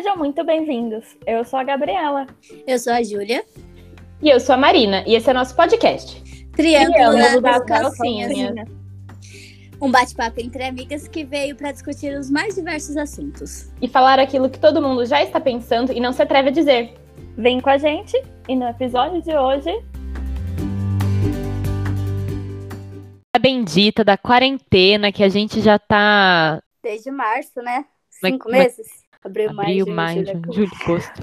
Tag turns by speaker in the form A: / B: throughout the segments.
A: Sejam muito bem-vindos. Eu sou a Gabriela.
B: Eu sou a Júlia.
C: E eu sou a Marina. E esse é nosso podcast.
B: Triângulo das
C: Calcinhas.
B: Um bate-papo entre amigas que veio para discutir os mais diversos assuntos.
C: E falar aquilo que todo mundo já está pensando e não se atreve a dizer.
A: Vem com a gente e no episódio de hoje...
D: A bendita da quarentena que a gente já tá...
B: Desde março, né?
D: Mas-
B: 5 meses? Abril,
D: maio, junho, julho, agosto.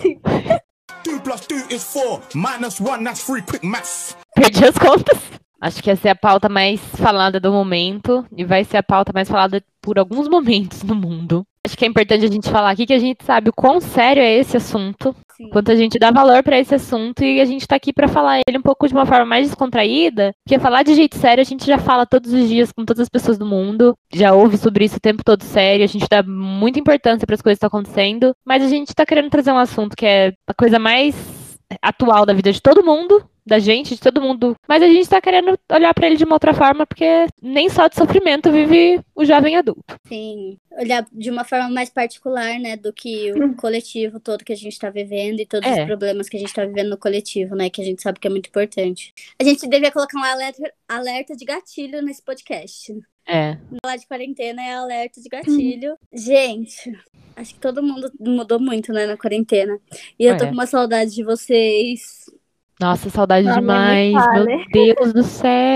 E: 2 plus 2 is 4. Minus 1, that's 3. Quick maths.
D: Perdi as contas. Acho que essa é a pauta mais falada do momento e vai ser a pauta mais falada por alguns momentos no mundo. Acho que é importante a gente falar aqui que a gente sabe o quão sério é esse assunto,
B: Sim.
D: quanto a gente dá valor pra esse assunto e a gente tá aqui pra falar ele um pouco de uma forma mais descontraída, porque falar de jeito sério a gente já fala todos os dias com todas as pessoas do mundo, já ouve sobre isso o tempo todo sério, a gente dá muita importância pras coisas que estão acontecendo, mas a gente tá querendo trazer um assunto que é a coisa mais atual da vida de todo mundo, da gente, de todo mundo, mas a gente tá querendo olhar pra ele de uma outra forma, porque nem só de sofrimento vive o jovem adulto.
B: Sim, olhar de uma forma mais particular, né, do que o coletivo todo que a gente tá vivendo e todos os problemas que a gente tá vivendo no coletivo, né, que a gente sabe que é muito importante. A gente devia colocar um alerta de gatilho nesse podcast. Falar de quarentena é alerta de gatilho. Gente, acho que todo mundo mudou muito, né, na quarentena. E eu tô com uma saudade de vocês.
D: Nossa, saudade
A: Não, nem
D: demais,
A: me fale.
D: meu Deus do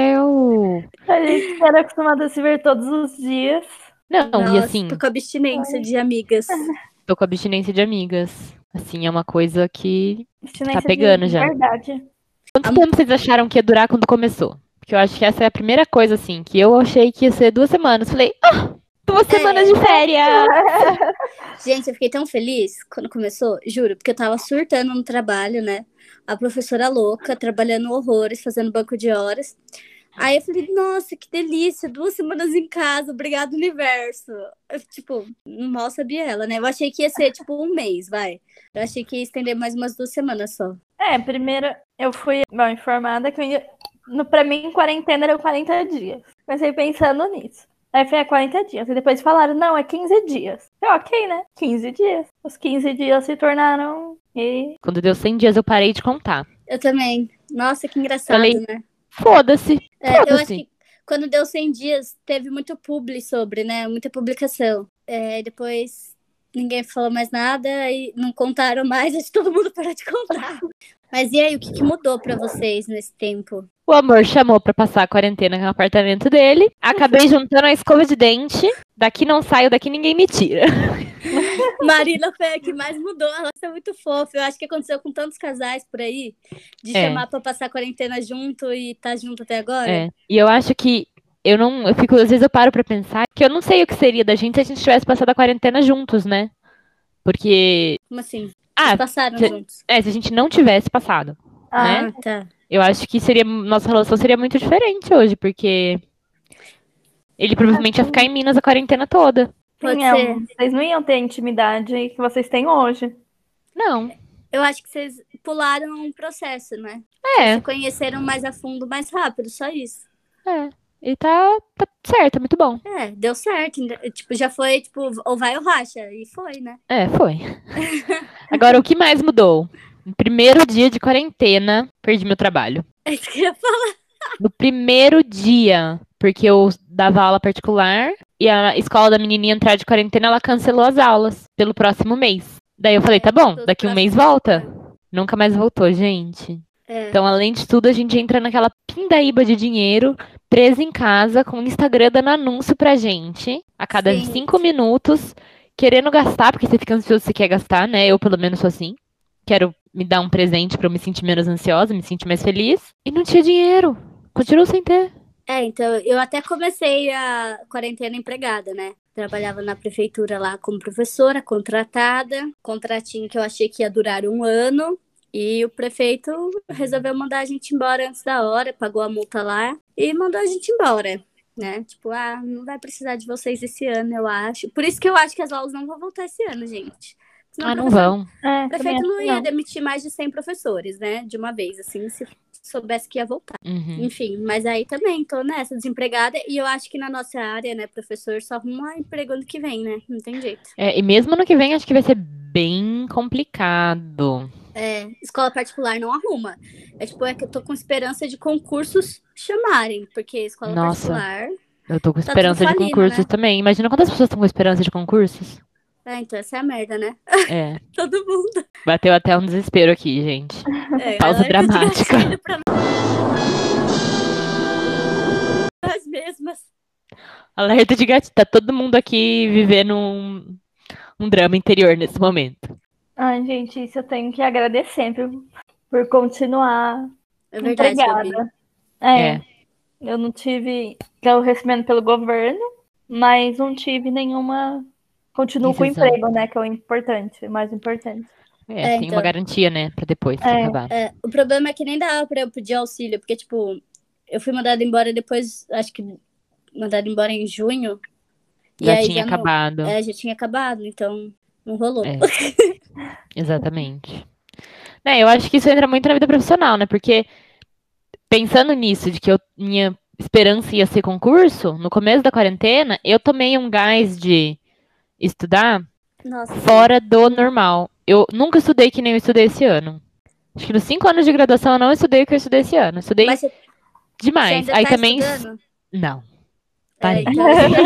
D: céu.
A: A gente era acostumado a se ver todos os dias.
D: Não,
B: Nossa,
D: e assim,
B: tô com abstinência de amigas.
D: tô com abstinência de amigas. Assim, é uma coisa que
A: Abstinência
D: pegando
A: de
D: já.
A: verdade.
D: Quanto tempo vocês acharam que ia durar quando começou? Porque eu acho que essa é a primeira coisa, assim, que eu achei que ia ser 2 semanas. Falei, 2 semanas de férias!
B: Gente, eu fiquei tão feliz quando começou, juro, porque eu tava surtando no trabalho, né? A professora louca, trabalhando horrores, fazendo banco de horas. Aí eu falei, nossa, que delícia, 2 semanas em casa, obrigado, universo. Eu, tipo, mal sabia ela, né? Eu achei que ia ser, tipo, 1 mês, vai. Eu achei que ia estender mais umas 2 semanas só.
A: Primeiro eu fui mal informada que eu ia... Pra mim, quarentena era 40 dias. Comecei pensando nisso. Aí foi 40 dias. E depois falaram, não, é 15 dias. Eu, ok, né? 15 dias. Os 15 dias se tornaram...
D: Quando deu 100 dias, eu parei de contar.
B: Eu também. Nossa, que engraçado,
D: Falei,
B: né?
D: Foda-se.
B: Eu acho que quando deu 100 dias, teve muito publi sobre, né? Muita publicação. Depois ninguém falou mais nada e não contaram mais, acho que todo mundo parou de contar. Mas e aí, o que mudou pra vocês nesse tempo?
D: O amor chamou pra passar a quarentena no apartamento dele. Acabei juntando a escova de dente. Daqui não saio, daqui ninguém me tira.
B: Marina foi a que mais mudou, ela é muito fofa. Eu acho que aconteceu com tantos casais por aí, de chamar pra passar a quarentena junto e tá junto até agora.
D: E eu acho que às vezes eu paro pra pensar que eu não sei o que seria da gente se a gente tivesse passado a quarentena juntos, né? Porque...
B: Como assim? Vocês passaram juntos?
D: se a gente não tivesse passado, né?
B: Tá.
D: Eu acho que nossa relação seria muito diferente hoje, porque ele provavelmente ia ficar em Minas a quarentena toda.
B: Pode
A: Sim,
B: ser.
A: vocês não iam ter a intimidade que vocês têm hoje.
D: Não.
B: Eu acho que vocês pularam um processo, né? Vocês se conheceram mais a fundo, mais rápido, só isso.
D: E tá certo, é muito bom.
B: Deu certo. Tipo, já foi, tipo, ou vai ou racha. E foi, né?
D: Foi. Agora, o que mais mudou? No primeiro dia de quarentena, perdi meu trabalho.
B: É isso que eu ia falar.
D: No primeiro dia, porque eu dava aula particular e a escola da menininha entrar de quarentena, ela cancelou as aulas pelo próximo mês. Daí eu falei, tá bom, daqui 1 mês volta. Nunca mais voltou, gente. Então, além de tudo, a gente entra naquela pindaíba de dinheiro, presa em casa, com o Instagram dando anúncio pra gente, a cada 5 minutos, querendo gastar, porque você fica ansioso, você quer gastar, né? Eu, pelo menos, sou assim. Quero me dar um presente pra eu me sentir menos ansiosa, me sentir mais feliz. E não tinha dinheiro. Continuo sem ter.
B: Então, eu até comecei a quarentena empregada, né? Trabalhava na prefeitura lá como professora, contratada. Contratinho que eu achei que ia durar 1 ano. E o prefeito resolveu mandar a gente embora antes da hora, pagou a multa lá e mandou a gente embora, né? Tipo, não vai precisar de vocês esse ano, eu acho. Por isso que eu acho que as aulas não vão voltar esse ano, gente. Senão
D: Não vão.
B: O prefeito não ia demitir mais de 100 professores, né? De uma vez, assim, se soubesse que ia voltar. Enfim, mas aí também tô nessa, desempregada. E eu acho que na nossa área, né, professor só arruma emprego ano que vem, né? Não tem jeito.
D: E mesmo ano que vem, acho que vai ser bem complicado.
B: Escola particular não arruma. É que eu tô com esperança de concursos chamarem, porque escola
D: Nossa,
B: particular
D: eu tô com
B: tá tudo
D: esperança de
B: falindo,
D: concursos
B: né?
D: também. Imagina quantas pessoas estão com esperança de concursos?
B: Então essa é a merda, né?
D: É,
B: Todo mundo.
D: bateu até um desespero aqui, gente. Pausa
B: Alerta de
D: dramática.
B: gatilho pra nós mesmas.
D: Alerta de gatilho. Tá todo mundo aqui vivendo um drama interior nesse momento.
A: Ai, gente, isso eu tenho que agradecer, viu? Por continuar
B: É verdade, Gabi.
A: empregada.
D: É.
A: Eu não tive o recebimento pelo governo, mas não tive nenhuma. Continuo com o
D: Rescisão.
A: emprego, né? Que é o importante, o mais importante.
D: Tem uma
B: Então.
D: garantia, né? Pra depois acabar.
B: O problema é que nem dava pra eu pedir auxílio, porque, tipo, eu fui mandada embora depois, acho que mandada embora em junho.
D: Já
B: e aí
D: tinha acabado.
B: Já tinha acabado, então não rolou.
D: É. Exatamente. Eu acho que isso entra muito na vida profissional, né? Porque pensando nisso, de que minha esperança ia ser concurso, no começo da quarentena, eu tomei um gás de estudar
B: Nossa,
D: fora do normal. Eu nunca estudei que nem eu estudei esse ano. Acho que nos 5 anos de graduação eu não estudei o que eu estudei esse ano. Eu estudei
B: Mas você
D: demais.
B: ainda
D: Aí
B: tá
D: também.
B: estudando?
D: Não. Parei.
B: Então,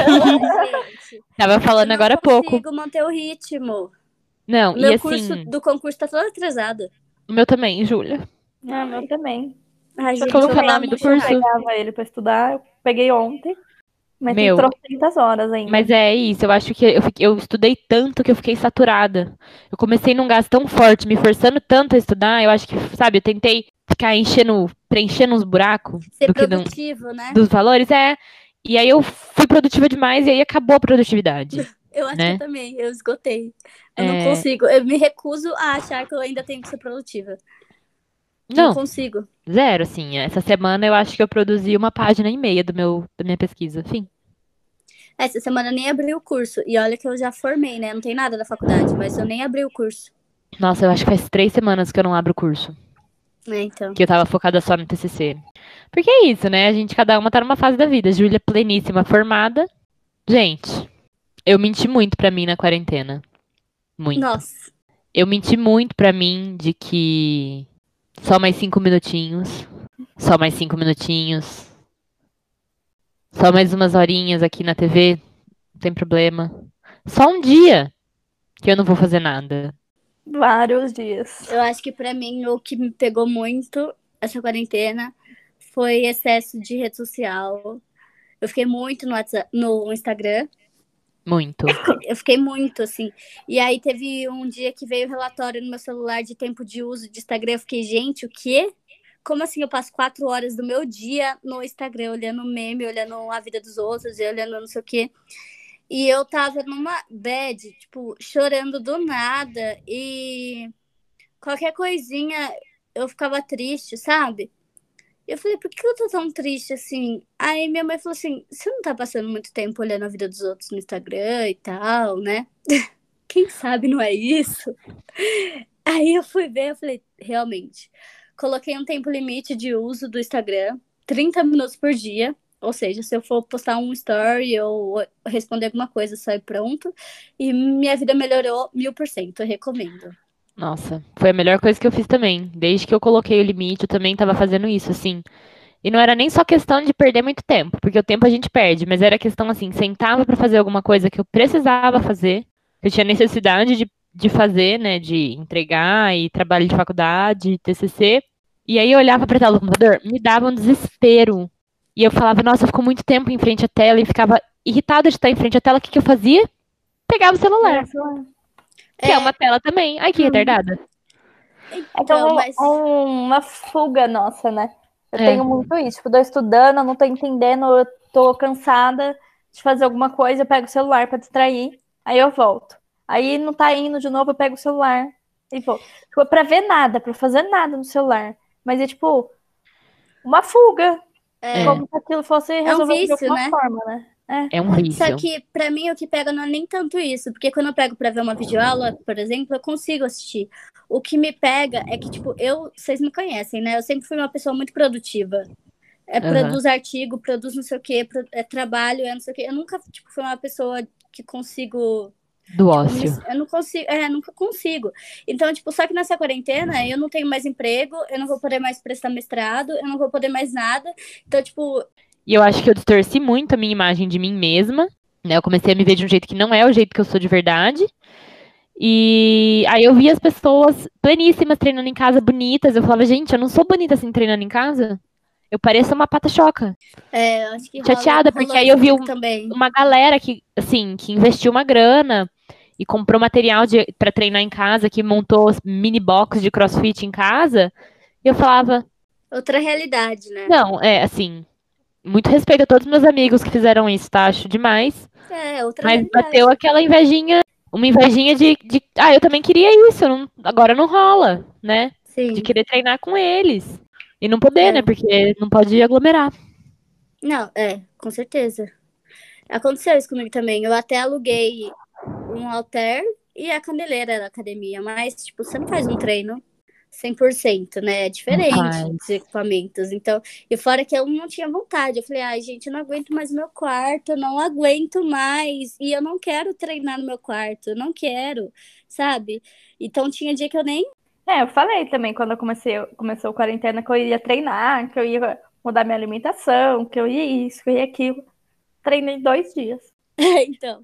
B: gente,
D: Tava falando
B: eu
D: agora há
B: não
D: pouco.
B: consigo manter o ritmo.
D: Não,
B: O meu
D: e
B: curso
D: assim.
B: do concurso tá todo atrasado.
D: O meu também, Júlia.
A: Meu também.
B: Ai,
A: Só
B: gente,
A: que eu
D: Qual que é o
A: não
D: nome do
A: lembro
D: curso?
A: se eu pegava ele pra estudar. Eu peguei ontem, mas tem
D: Meu,
A: 300 horas ainda.
D: mas é isso, eu acho que eu estudei tanto que eu fiquei saturada. Eu comecei num gás tão forte, me forçando tanto a estudar, eu acho que, sabe, eu tentei ficar preenchendo uns buracos
B: ser
D: do que
B: produtivo, né?
D: dos valores, e aí eu fui produtiva demais e aí acabou a produtividade,
B: Eu acho que
D: né?
B: eu também, eu esgotei. Eu não consigo, eu me recuso a achar que eu ainda tenho que ser produtiva. Não
D: Não,
B: consigo.
D: zero, assim, essa semana eu acho que eu produzi 1,5 página da minha pesquisa, enfim.
B: Essa semana eu nem abri o curso. E olha que eu já formei, né? Não tem nada da faculdade, mas eu nem abri o curso.
D: Nossa, eu acho que faz 3 semanas que eu não abro o curso.
B: Então.
D: Que eu tava focada só no TCC. Porque é isso, né? A gente, cada uma tá numa fase da vida. Júlia pleníssima, formada. Gente, eu menti muito pra mim na quarentena. Muito.
B: Nossa.
D: Eu menti muito pra mim de que só mais 5 minutinhos. Só mais 5 minutinhos. Só mais umas horinhas aqui na TV. Não tem problema. Só um dia que eu não vou fazer nada.
A: Vários dias.
B: Eu acho que pra mim o que me pegou muito essa quarentena foi excesso de rede social. Eu fiquei muito no Instagram.
D: Muito.
B: Eu fiquei muito, assim. E aí teve um dia que veio o relatório no meu celular de tempo de uso de Instagram. Eu fiquei, gente, o quê? Como assim eu passo 4 horas do meu dia no Instagram, olhando meme, olhando a vida dos outros, e olhando não sei o quê. E eu tava numa bad, tipo, chorando do nada. E qualquer coisinha eu ficava triste, sabe? Eu falei, por que eu tô tão triste assim? Aí minha mãe falou assim, você não tá passando muito tempo olhando a vida dos outros no Instagram e tal, né? Quem sabe não é isso? Aí eu fui ver, eu falei, realmente. Coloquei um tempo limite de uso do Instagram, 30 minutos por dia. Ou seja, se eu for postar um story ou responder alguma coisa, sai pronto. E minha vida melhorou 1000%, eu recomendo.
D: Nossa, foi a melhor coisa que eu fiz também. Desde que eu coloquei o limite, eu também tava fazendo isso, assim. E não era nem só questão de perder muito tempo, porque o tempo a gente perde, mas era questão assim, sentava pra fazer alguma coisa que eu precisava fazer, que eu tinha necessidade de fazer, né, de entregar e trabalho de faculdade, TCC. E aí eu olhava pra tela do computador, me dava um desespero. E eu falava, nossa, ficou muito tempo em frente à tela e ficava irritada de estar em frente à tela. O que que eu fazia? Pegava o celular. Que é uma tela também. Ai, que retardada.
B: Então, mas...
A: uma fuga nossa, né? Eu
D: É.
A: tenho muito isso. Tipo, tô estudando, eu não tô entendendo, eu tô cansada de fazer alguma coisa, eu pego o celular pra distrair, aí eu volto. Aí não tá indo de novo, eu pego o celular e volto. Tipo, pra ver nada, pra fazer nada no celular. Mas é tipo uma fuga. Como se aquilo fosse resolvido de
B: vício,
A: alguma
B: né?
A: forma, né?
D: É um vício.
B: Só que, pra mim, o que pega não é nem tanto isso. Porque quando eu pego pra ver uma videoaula, por exemplo, eu consigo assistir. O que me pega é que, tipo, vocês me conhecem, né? Eu sempre fui uma pessoa muito produtiva. Produz artigo, produz não sei o quê, trabalho, não sei o quê. Eu nunca, tipo, fui uma pessoa que consigo
D: Do
B: Tipo,
D: ócio.
B: eu não consigo, nunca consigo. Então, tipo, só que nessa quarentena eu não tenho mais emprego, eu não vou poder mais prestar mestrado, eu não vou poder mais nada. Então, tipo,
D: E eu acho que eu distorci muito a minha imagem de mim mesma, né? Eu comecei a me ver de um jeito que não é o jeito que eu sou de verdade. E aí eu vi as pessoas pleníssimas treinando em casa, bonitas. Eu falava, gente, eu não sou bonita assim treinando em casa. Eu pareço uma pata-choca.
B: eu acho que
D: Chateada, porque
B: rolou
D: aí
B: isso
D: eu vi
B: comigo também.
D: uma galera que, assim, que investiu uma grana e comprou material pra treinar em casa, que montou mini box de CrossFit em casa. E eu falava,
B: Outra realidade, né?
D: não, assim, muito respeito a todos os meus amigos que fizeram isso, tá? Acho demais.
B: Outra
D: Mas
B: realidade.
D: bateu aquela invejinha, uma invejinha eu também queria isso, agora não rola, né? De
B: Sim.
D: querer treinar com eles. E não poder,
B: É.
D: né? Porque não pode aglomerar.
B: Não, com certeza. Aconteceu isso comigo também. Eu até aluguei um halter e a candeleira da academia, mas, tipo, você não faz um treino 100%, né? É diferente
D: faz.
B: dos equipamentos. Então, e fora que eu não tinha vontade. Eu falei, ai, gente, eu não aguento mais meu quarto, eu não aguento mais. E eu não quero treinar no meu quarto, eu não quero, sabe? Então, tinha dia que eu nem.
A: Eu falei também quando começou a quarentena que eu ia treinar, que eu ia mudar minha alimentação, que eu ia isso, que eu ia aquilo. Treinei 2 dias.
B: Então,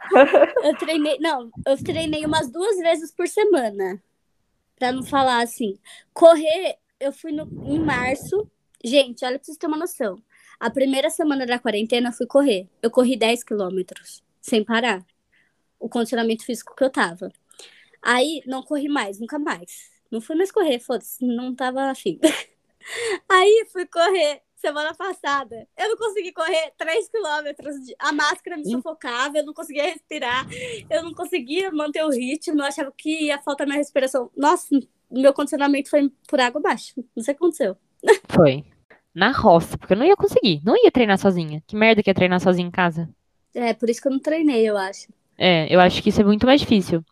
B: eu treinei umas 2 vezes por semana. Pra não falar assim. Correr, eu fui em março. Gente, olha pra vocês terem uma noção. A primeira semana da quarentena eu fui correr. Eu corri 10 quilômetros, sem parar. O condicionamento físico que eu tava. Aí, não corri mais, nunca mais. Não fui mais correr, foda-se, não tava afim. Aí, fui correr semana passada. Eu não consegui correr 3 quilômetros. A máscara me sufocava, eu não conseguia respirar. Eu não conseguia manter o ritmo. Eu achava que ia faltar minha respiração. Nossa, meu condicionamento foi por água abaixo. Não sei o que aconteceu.
D: Foi. Na roça, porque eu não ia conseguir. Não ia treinar sozinha. Que merda que é treinar sozinha em casa.
B: Por isso que eu não treinei, eu acho.
D: Eu acho que isso é muito mais difícil.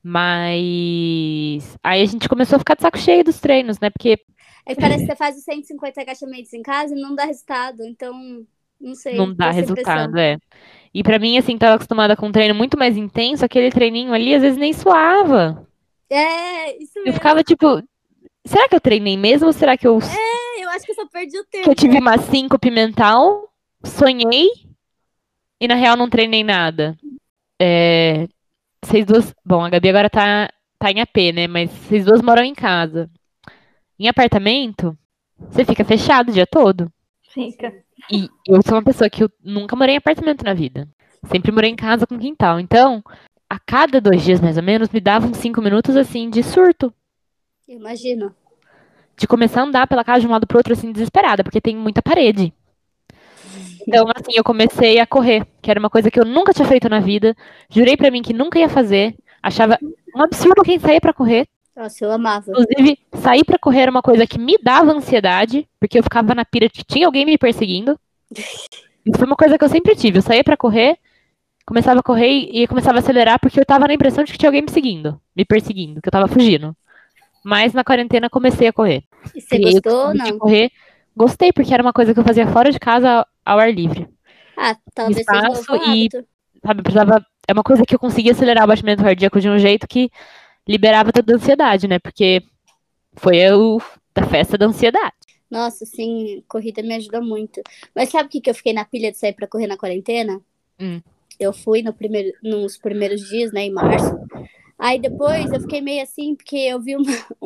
D: Mas aí a gente começou a ficar de saco cheio dos treinos, né? Porque
B: É que parece que você faz os 150 agachamentos em casa e não dá resultado. Então, não sei,
D: não
B: tenho
D: dá
B: essa impressão.
D: resultado, E pra mim, assim, tava acostumada com um treino muito mais intenso, aquele treininho ali às vezes nem suava.
B: Isso
D: Eu
B: mesmo.
D: ficava tipo, será que eu treinei mesmo ou será que eu
B: Eu acho que eu só perdi o
D: que eu
B: tempo.
D: tive uma síncope mental, sonhei e na real não treinei nada? Vocês duas, bom, a Gabi agora tá em AP, né? Mas vocês duas moram em casa. Em apartamento, você fica fechado o dia todo.
A: Fica.
D: E eu sou uma pessoa que eu nunca morei em apartamento na vida. Sempre morei em casa com quintal. Então, a cada 2 dias, mais ou menos, me davam 5 minutos, assim, de surto.
B: Imagino.
D: De começar a andar pela casa de um lado pro outro, assim, desesperada, porque tem muita parede. Então, assim, eu comecei a correr, que era uma coisa que eu nunca tinha feito na vida. Jurei pra mim que nunca ia fazer. Achava um absurdo quem saía pra correr.
B: Nossa, eu amava.
D: Inclusive, sair pra correr era uma coisa que me dava ansiedade, porque eu ficava na pira de que tinha alguém me perseguindo. Isso foi uma coisa que eu sempre tive. Eu saía pra correr, começava a correr e começava a acelerar porque eu tava na impressão de que tinha alguém me seguindo, me perseguindo, que eu tava fugindo. Mas na quarentena comecei a correr.
B: E você
D: Criei o
B: gostou ou
D: costume de
B: não?
D: correr. Gostei, porque era uma coisa que eu fazia fora de casa ao ar livre.
B: Talvez seja um
D: Espaço
B: novo
D: e,
B: hábito.
D: sabe, precisava. É uma coisa que eu conseguia acelerar o batimento cardíaco de um jeito que liberava toda a ansiedade, né? Porque foi da festa da ansiedade.
B: Nossa, sim, corrida me ajuda muito. Mas sabe o que eu fiquei na pilha de sair pra correr na quarentena? Eu fui nos primeiros dias, né, em março. Aí depois eu fiquei meio assim, porque eu vi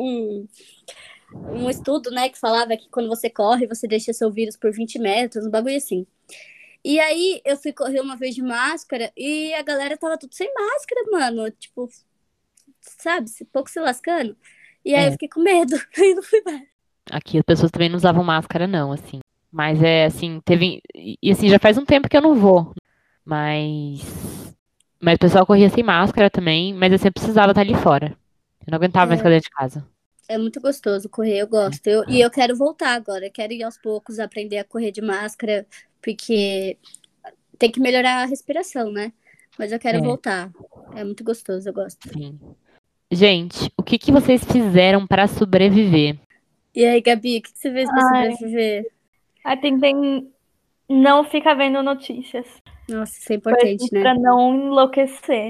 B: um estudo, né, que falava que quando você corre, você deixa seu vírus por 20 metros, um bagulho assim. E aí eu fui correr uma vez de máscara e a galera tava tudo sem máscara, mano. Tipo, sabe, pouco se lascando. E aí eu fiquei com medo, aí não fui mais.
D: Aqui as pessoas também não usavam máscara, não, assim. Mas assim, teve. E assim, já faz um tempo que eu não vou. Mas o pessoal corria sem máscara também, mas eu sempre precisava estar ali fora. Eu não aguentava mais ficar dentro de casa.
B: É muito gostoso correr, eu gosto. E eu quero voltar agora, eu quero ir aos poucos aprender a correr de máscara, porque tem que melhorar a respiração, né? Mas eu quero voltar. É muito gostoso, eu gosto.
D: Sim. Gente, o que vocês fizeram para sobreviver?
B: E aí, Gabi, o que você fez pra sobreviver?
A: Tentei não ficar vendo notícias.
B: Nossa, isso é importante, né?
A: Pra não enlouquecer.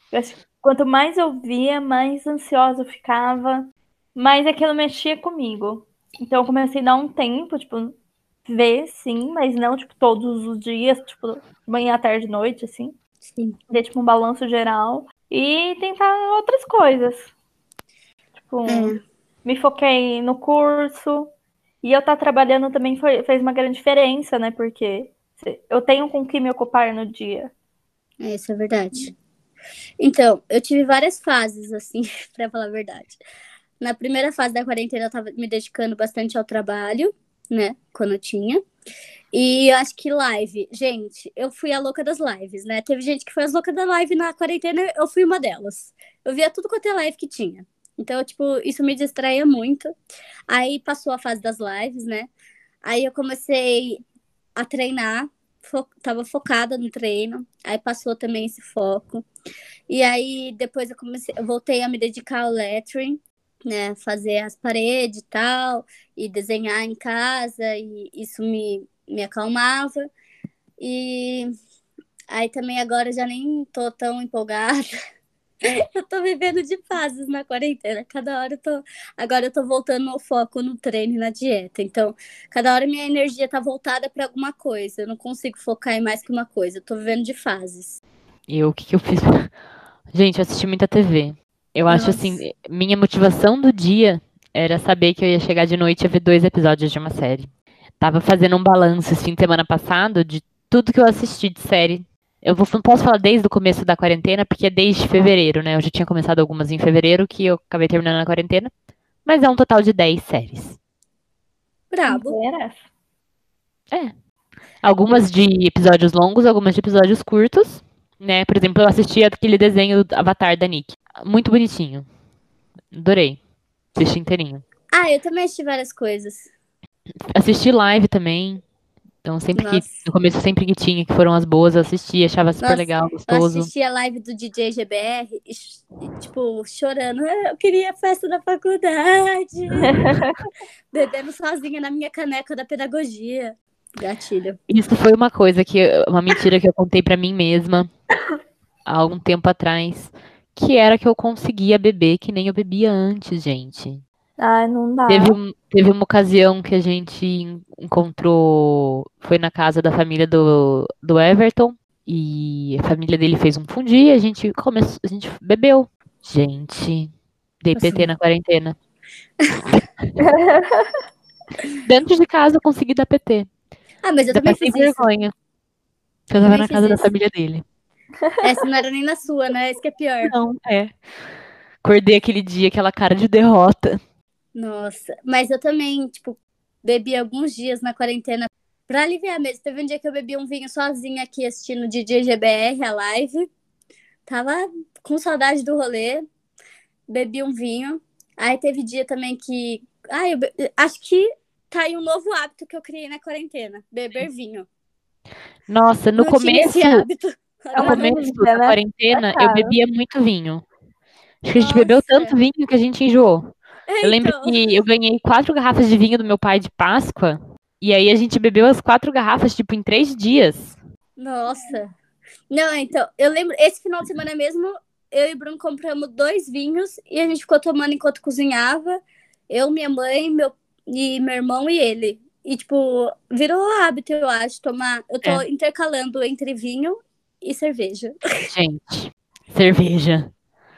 A: Eu acho que quanto mais eu via, mais ansiosa eu ficava, mais aquilo mexia comigo. Então eu comecei a dar um tempo, tipo, ver sim, mas não, tipo, todos os dias, tipo, manhã, tarde, noite, assim.
B: Sim.
A: Ver, tipo, um balanço geral e tentar outras coisas. Tipo, me foquei no curso e eu estar trabalhando também fez uma grande diferença, né? Porque eu tenho com o que me ocupar no dia.
B: Isso é verdade. Então, eu tive várias fases, assim, pra falar a verdade. Na primeira fase da quarentena, eu tava me dedicando bastante ao trabalho, né? Quando eu tinha. E eu acho que live, gente, eu fui a louca das lives, né? Teve gente que foi as loucas da live na quarentena, eu fui uma delas. Eu via tudo quanto é live que tinha. Então, tipo, isso me distraía muito. Aí passou a fase das lives, né? Aí eu comecei a treinar, tava focada no treino. Aí passou também esse foco. E aí depois eu voltei a me dedicar ao lettering, né? Fazer as paredes e tal, e desenhar em casa, e isso me acalmava. E aí também agora eu já nem tô tão empolgada. Eu tô vivendo de fases na quarentena. Cada hora eu tô. Agora eu tô voltando ao foco no treino e na dieta. Então, cada hora minha energia tá voltada para alguma coisa. Eu não consigo focar em mais que uma coisa. Eu tô vivendo de fases.
D: E o que que eu fiz? Gente, eu assisti muita TV. Eu acho
B: Nossa.
D: assim, minha motivação do dia era saber que eu ia chegar de noite e ia ver 2 episódios de uma série. Tava fazendo um balanço esse fim de semana passado de tudo que eu assisti de série. Não posso falar desde o começo da quarentena, porque é desde fevereiro, né? Eu já tinha começado algumas em fevereiro, que eu acabei terminando na quarentena. Mas é um total de 10 séries.
B: Brabo.
A: Era.
D: Algumas de episódios longos, algumas de episódios curtos, né? Por exemplo, eu assisti aquele desenho do Avatar da Nick. Muito bonitinho. Adorei. Assisti inteirinho.
B: Ah, eu também assisti várias coisas.
D: Assisti live também. Então, sempre que,
B: Nossa.
D: no começo, sempre que tinha, que foram as boas, eu assisti, achava super
B: Nossa,
D: legal,
B: eu
D: gostoso.
B: assisti a live do DJ GBR e, tipo, chorando. Eu queria a festa da faculdade. Bebendo sozinha na minha caneca da pedagogia. Gatilho.
D: Isso foi uma mentira que eu contei pra mim mesma há algum tempo atrás, que era que eu conseguia beber que nem eu bebia antes, gente.
A: Ai, não dá.
D: Teve uma ocasião que a gente encontrou, foi na casa da família do Everton, e a família dele fez um fundi, a gente bebeu. Gente, dei PT na quarentena. Dentro de casa eu consegui dar PT.
B: Ah, mas eu
D: Ainda
B: também
D: passei
B: fiz isso.
D: vergonha. Eu tava
B: Também
D: na
B: fiz
D: casa da
B: isso.
D: família dele.
B: Essa não era nem na sua, né? Isso que é pior.
D: Não, é. Acordei aquele dia, aquela cara de derrota.
B: Nossa. Mas eu também, tipo, bebi alguns dias na quarentena pra aliviar mesmo. Teve um dia que eu bebi um vinho sozinha aqui assistindo o DJ GBR, a live. Tava com saudade do rolê. Bebi um vinho. Aí teve dia também que... acho que tá aí um novo hábito que eu criei na quarentena. Beber vinho.
D: Nossa, no
B: Não tinha esse
D: começo,
B: hábito.
A: É uma
D: da
A: delícia, né?
D: quarentena,
A: É
D: eu
A: caro.
D: bebia muito vinho. Acho que a gente bebeu
B: Nossa.
D: tanto vinho que a gente enjoou. Eu lembro
B: Então.
D: que eu ganhei 4 garrafas de vinho do meu pai de Páscoa. E aí a gente bebeu as 4 garrafas, tipo, em 3 dias.
B: Nossa. Não, então, eu lembro, esse final de semana mesmo, eu e o Bruno compramos 2 vinhos e a gente ficou tomando enquanto cozinhava. Eu, minha mãe, meu irmão e ele. E, tipo, virou hábito, eu acho, tomar. Eu tô intercalando entre vinho e cerveja.
D: Gente, cerveja.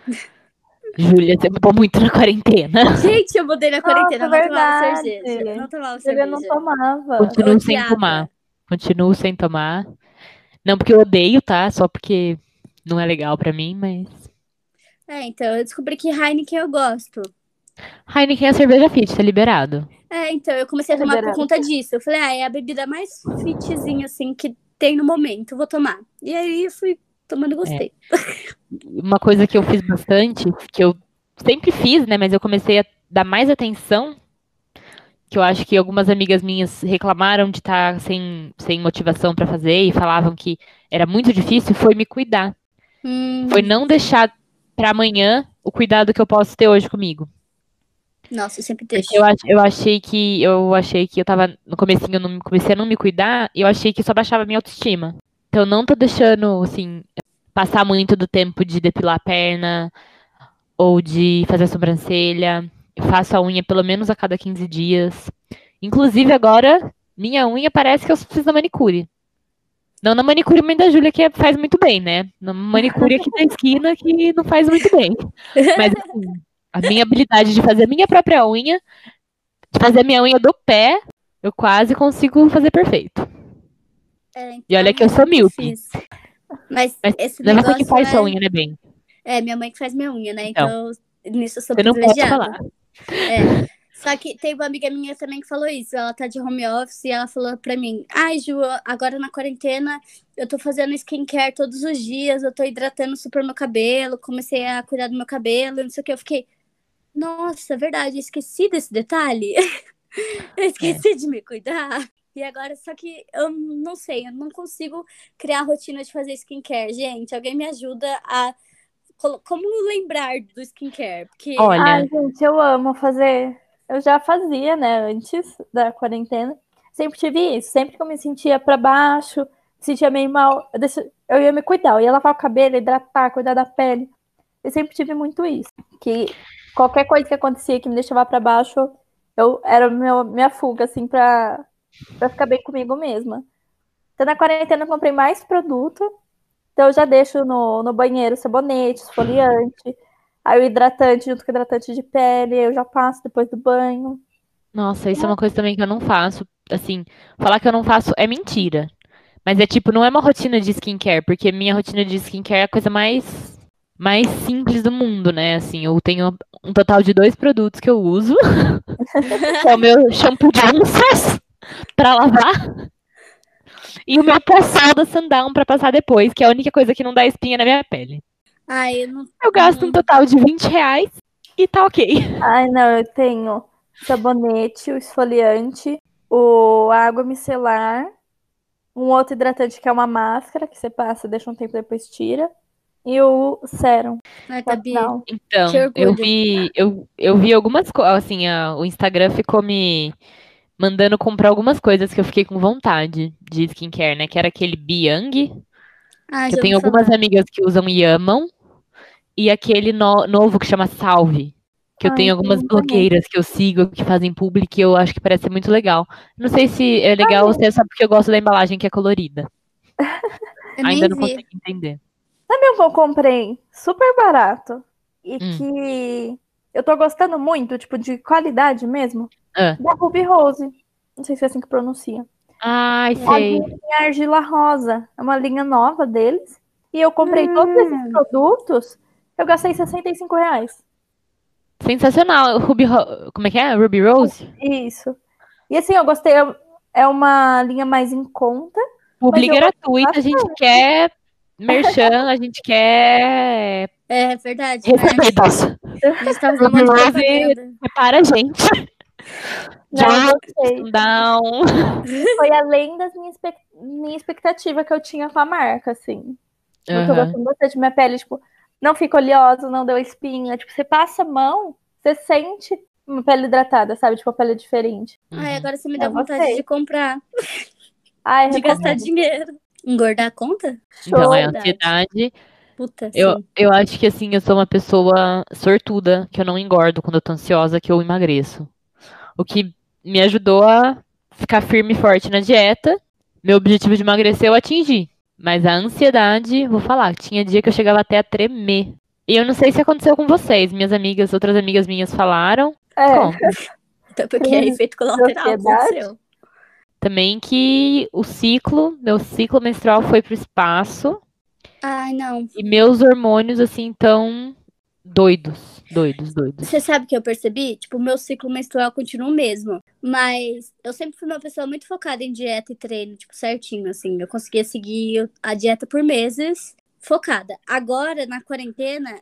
D: Júlia, você bebeu muito na quarentena.
B: Gente, eu mudei na quarentena,
A: Nossa,
B: eu não tomava
A: verdade.
B: cerveja. Não tomava
A: Eu
B: cerveja.
A: não tomava.
D: Continuo
B: Eu
D: sem
B: odiava.
D: tomar. Continuo sem tomar. Não porque eu odeio, tá? Só porque não é legal pra mim, mas...
B: Então, eu descobri que Heineken eu gosto.
D: Heineken é cerveja fit, tá liberado.
B: Então, eu comecei a tomar por conta disso. Eu falei, é a bebida mais fitzinha, assim, que tem no momento, eu vou tomar. E aí, eu fui tomando e gostei.
D: Uma coisa que eu fiz bastante, que eu sempre fiz, né, mas eu comecei a dar mais atenção, que eu acho que algumas amigas minhas reclamaram de estar sem motivação pra fazer e falavam que era muito difícil, foi me cuidar. Foi não deixar pra amanhã o cuidado que eu posso ter hoje comigo.
B: Nossa, eu sempre deixo.
D: Eu achei que eu tava no comecinho, eu não comecei a não me cuidar, e eu achei que isso abaixava a minha autoestima. Então eu não tô deixando, assim, passar muito do tempo de depilar a perna ou de fazer a sobrancelha. Eu faço a unha pelo menos a cada 15 dias. Inclusive, agora, minha unha parece que eu fiz na manicure. Não na manicure Mãe da Júlia, que faz muito bem, né? Na manicure aqui da esquina, que não faz muito bem. Mas, assim, a minha habilidade de fazer a minha própria unha, de fazer a minha unha do pé, eu quase consigo fazer perfeito. E olha que eu sou míope.
B: Mas
D: Mas
B: esse
D: não é você
B: negócio
D: que faz sua unha, né, bem?
B: É, minha mãe que faz minha unha, né?
D: Então,
B: Então, nisso eu sou
D: você não pode
B: privilegiada.
D: falar.
B: É. Só que tem uma amiga minha também que falou isso. Ela tá de home office e ela falou pra mim: ai, Ju, agora na quarentena eu tô fazendo skincare todos os dias, eu tô hidratando super meu cabelo, comecei a cuidar do meu cabelo, não sei o que. Eu fiquei, nossa, verdade, eu esqueci desse detalhe. Eu esqueci de me cuidar. E agora, só que eu não sei, eu não consigo criar a rotina de fazer skincare. Gente, alguém me ajuda a. Como lembrar do skincare? Porque.
D: Olha,
A: Ai, gente, eu amo fazer. Eu já fazia, né, antes da quarentena. Sempre tive isso. Sempre que eu me sentia pra baixo, me sentia meio mal, eu ia me cuidar. Eu ia lavar o cabelo, hidratar, cuidar da pele. Eu sempre tive muito isso. Que qualquer coisa que acontecia que me deixava pra baixo, era minha fuga, assim, pra ficar bem comigo mesma. Então, na quarentena, eu comprei mais produto. Então, eu já deixo no banheiro sabonete, esfoliante, aí o hidratante junto com o hidratante de pele, eu já passo depois do banho.
D: nossa, isso é uma coisa também que eu não faço. Assim, falar que eu não faço é mentira. Mas é tipo, não é uma rotina de skincare, porque minha rotina de skincare é a coisa mais simples do mundo, né? Assim, eu tenho um total de 2 produtos que eu uso, que é o meu shampoo de onças pra lavar e o meu pó-sol da Sundown pra passar depois, que é a única coisa que não dá espinha na minha pele.
B: Ai, eu não.
D: Eu gasto um total de R$ 20 e tá ok.
A: Ai, não, eu tenho sabonete, o esfoliante, o água micelar, um outro hidratante que é uma máscara, que você passa, deixa um tempo depois tira, e o sérum.
B: Ai, Gabi,
A: Não.
D: Então,
B: que
D: eu
B: orgulho.
D: vi algumas coisas, assim, o Instagram ficou me mandando comprar algumas coisas que eu fiquei com vontade de skincare, né? Que era aquele Biang,
B: Ah,
D: que eu
B: já ouvi
D: tenho algumas
B: falar.
D: amigas que usam e amam, e aquele novo que chama Salve, que eu
A: Ai,
D: tenho algumas
A: não conheço.
D: blogueiras que eu sigo, que fazem publi, que eu acho que parece ser muito legal. Não sei se é legal ou se é só porque eu gosto da embalagem que é colorida.
B: Eu
D: Ainda
B: nem
D: não
B: vi.
D: consigo entender.
A: Sabe o que eu comprei? Super barato. E
D: Hum.
A: que eu tô gostando muito, tipo, de qualidade mesmo.
D: Ah.
A: Da Ruby Rose. Não sei se é assim que pronuncia.
D: Ai,
A: A
D: sei.
A: linha Argila Rosa. É uma linha nova deles. E eu comprei todos esses produtos. Eu gastei R$ 65.
D: Sensacional. Como é que é? Ruby Rose?
A: Isso. E assim, eu gostei. É uma linha mais em conta.
D: Publi
A: eu gostei
D: gratuita, a gente
A: bastante.
D: quer merchan, a gente quer
B: É verdade, né?
D: recebidos.
B: A gente tá fazendo um monte de propaganda.
D: Prepara a gente.
A: Não, eu
D: John,
A: gostei.
D: down.
A: Foi além das minha expectativa que eu tinha com a marca, assim. Eu tô
D: Aham.
A: gostando bastante. Minha pele, tipo, não fica oleosa, não deu espinha. Tipo, você passa a mão, você sente uma pele hidratada, sabe? Tipo, a pele é diferente.
B: Ai,
D: Uhum.
B: agora você me dá
A: Eu
B: vontade
A: gostei.
B: de comprar,
A: Ai,
B: de gastar
A: recomendo.
B: dinheiro. Engordar a conta?
D: Então, é
A: Show.
D: ansiedade.
B: Puta,
D: Eu,
B: sim.
D: eu acho que assim, eu sou uma pessoa sortuda, que eu não engordo quando eu tô ansiosa, que eu emagreço. O que me ajudou a ficar firme e forte na dieta. Meu objetivo de emagrecer eu atingi. Mas a ansiedade, vou falar, tinha dia que eu chegava até a tremer. E eu não sei se aconteceu com vocês. Minhas amigas, outras amigas minhas falaram.
A: É,
D: Conta.
B: Então, porque é efeito colateral,
A: ansiedade.
B: aconteceu.
D: Também que meu ciclo menstrual foi pro espaço.
B: Ai, não.
D: E meus hormônios, assim, tão doidos. Doidos, doidos.
B: Você sabe o que eu percebi? Tipo, o meu ciclo menstrual continua o mesmo. Mas eu sempre fui uma pessoa muito focada em dieta e treino, tipo, certinho, assim. Eu conseguia seguir a dieta por meses, focada. Agora, na quarentena,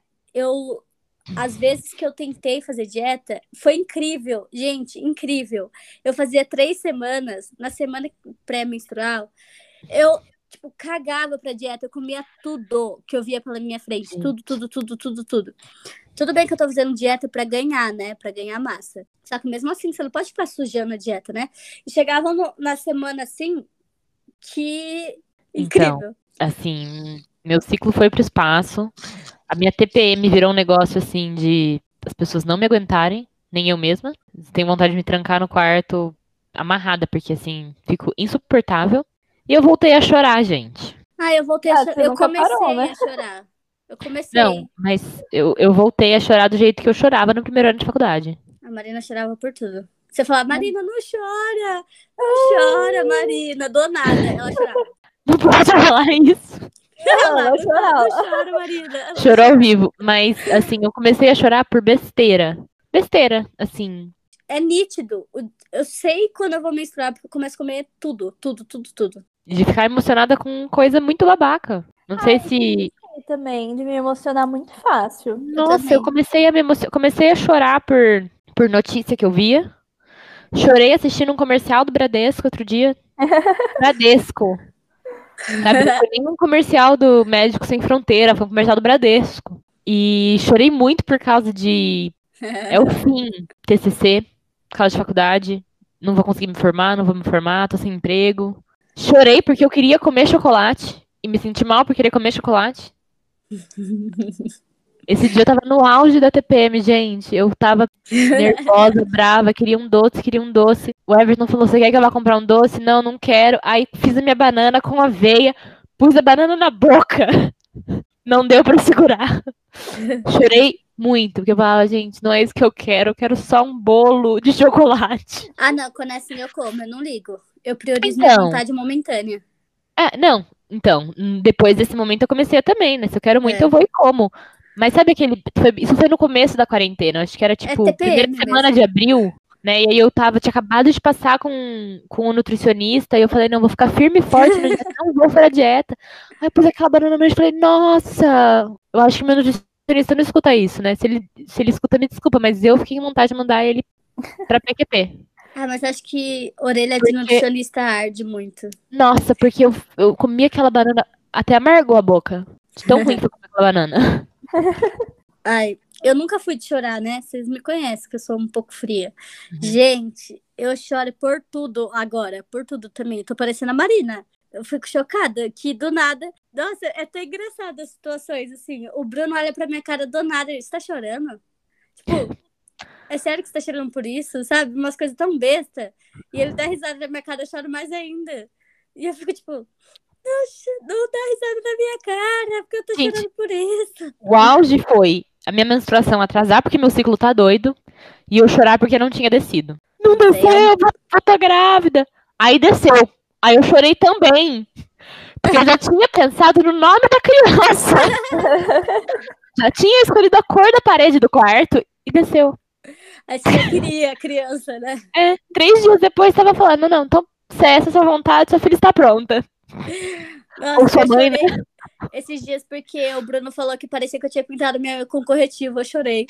B: às vezes que eu tentei fazer dieta, foi incrível. Gente, incrível. Eu fazia 3 semanas, na semana pré-menstrual, eu, tipo, cagava pra dieta. Eu comia tudo que eu via pela minha frente. Tudo, tudo, tudo, tudo, tudo. Tudo bem que eu tô fazendo dieta pra ganhar, né? Pra ganhar massa. Só que mesmo assim, você não pode ficar sujando a dieta, né? E chegava na semana assim, que
D: Então,
B: incrível.
D: assim, Meu ciclo foi pro espaço. A minha TPM virou um negócio assim de as pessoas não me aguentarem, nem eu mesma. Tenho vontade de me trancar no quarto amarrada, porque assim, fico insuportável. E eu voltei a chorar, gente.
B: Eu voltei a
A: Ah,
B: chorar.
A: você
B: Eu
A: nunca
B: comecei
A: parou, né?
B: a chorar. Eu comecei.
D: Não, mas eu voltei a chorar do jeito que eu chorava no primeiro ano de faculdade.
B: A Marina chorava por tudo. Você falava, Marina, não chora! Não chora, Marina. Do nada, ela chorava.
D: Não posso falar isso.
A: Ela vai chorar.
B: Não chora, Marina. Ela
D: Chorou ao vivo. Mas, assim, eu comecei a chorar por besteira. Besteira, assim.
B: É nítido. Eu sei quando eu vou menstruar, porque eu começo a comer tudo.
D: De ficar emocionada com coisa muito babaca. Não sei se.
A: E também de me emocionar muito fácil.
D: Nossa, eu comecei a comecei a chorar por notícia que eu via. Chorei assistindo um comercial do Bradesco outro dia. Bradesco. Sabe? Não foi nem um comercial do Médicos Sem Fronteira, foi um comercial do Bradesco. E chorei muito por causa de. É o fim, TCC, causa de faculdade. Não vou conseguir me formar, não vou me formar, tô sem emprego. Chorei porque eu queria comer chocolate. E me senti mal por querer comer chocolate. Esse dia eu tava no auge da TPM, gente. Eu tava nervosa, brava, queria um doce. O Everton falou, você quer que eu vá comprar um doce? Não, não quero. Aí fiz a minha banana com aveia, pus a banana na boca. Não deu pra segurar. Chorei muito, porque eu falava, gente, não é isso que eu quero só um bolo de chocolate.
B: Não, quando é assim eu como, eu não ligo. Eu priorizo minha vontade momentânea.
D: Não, então, depois desse momento eu comecei a também, né? Se eu quero muito, eu vou e como. Mas sabe isso foi no começo da quarentena, acho que era tipo, primeira semana de abril, né? E aí eu tinha acabado de passar com um nutricionista, e eu falei, não, vou ficar firme e forte, não vou furar a dieta. Aí pus aquela banana no meio e falei, nossa, eu acho que meu nutricionista não escuta isso, né? Se ele escuta, me desculpa, mas eu fiquei com vontade de mandar ele pra PQP.
B: Mas acho que orelha de nutricionista arde muito.
D: Nossa, porque eu comi aquela banana, até amargou a boca. De tão ruim que eu comi aquela banana.
B: Eu nunca fui de chorar, né? Vocês me conhecem, que eu sou um pouco fria. Gente, eu choro por tudo agora, por tudo também. Tô parecendo a Marina. Eu fico chocada que do nada... Nossa, é tão engraçado as situações, assim. O Bruno olha pra minha cara do nada e você tá chorando? Tipo, é sério que você tá chorando por isso, sabe? Umas coisas tão besta. E ele dá risada na minha cara, eu choro mais ainda. E eu fico tipo... Não dá risada na minha cara, porque eu tô chorando por isso.
D: O auge foi a minha menstruação atrasar porque meu ciclo tá doido e eu chorar porque não tinha descido. Não desceu, eu tô grávida. Aí desceu. Aí eu chorei também. Porque eu já tinha pensado no nome da criança. Já tinha escolhido a cor da parede do quarto e desceu.
B: Aí você já queria a criança, né?
D: 3 dias depois tava falando, não, então se é essa a sua vontade, sua filha está pronta.
B: Nossa,
D: ou sua mãe, né?
B: Esses dias porque o Bruno falou que parecia que eu tinha pintado minha com corretivo, eu chorei.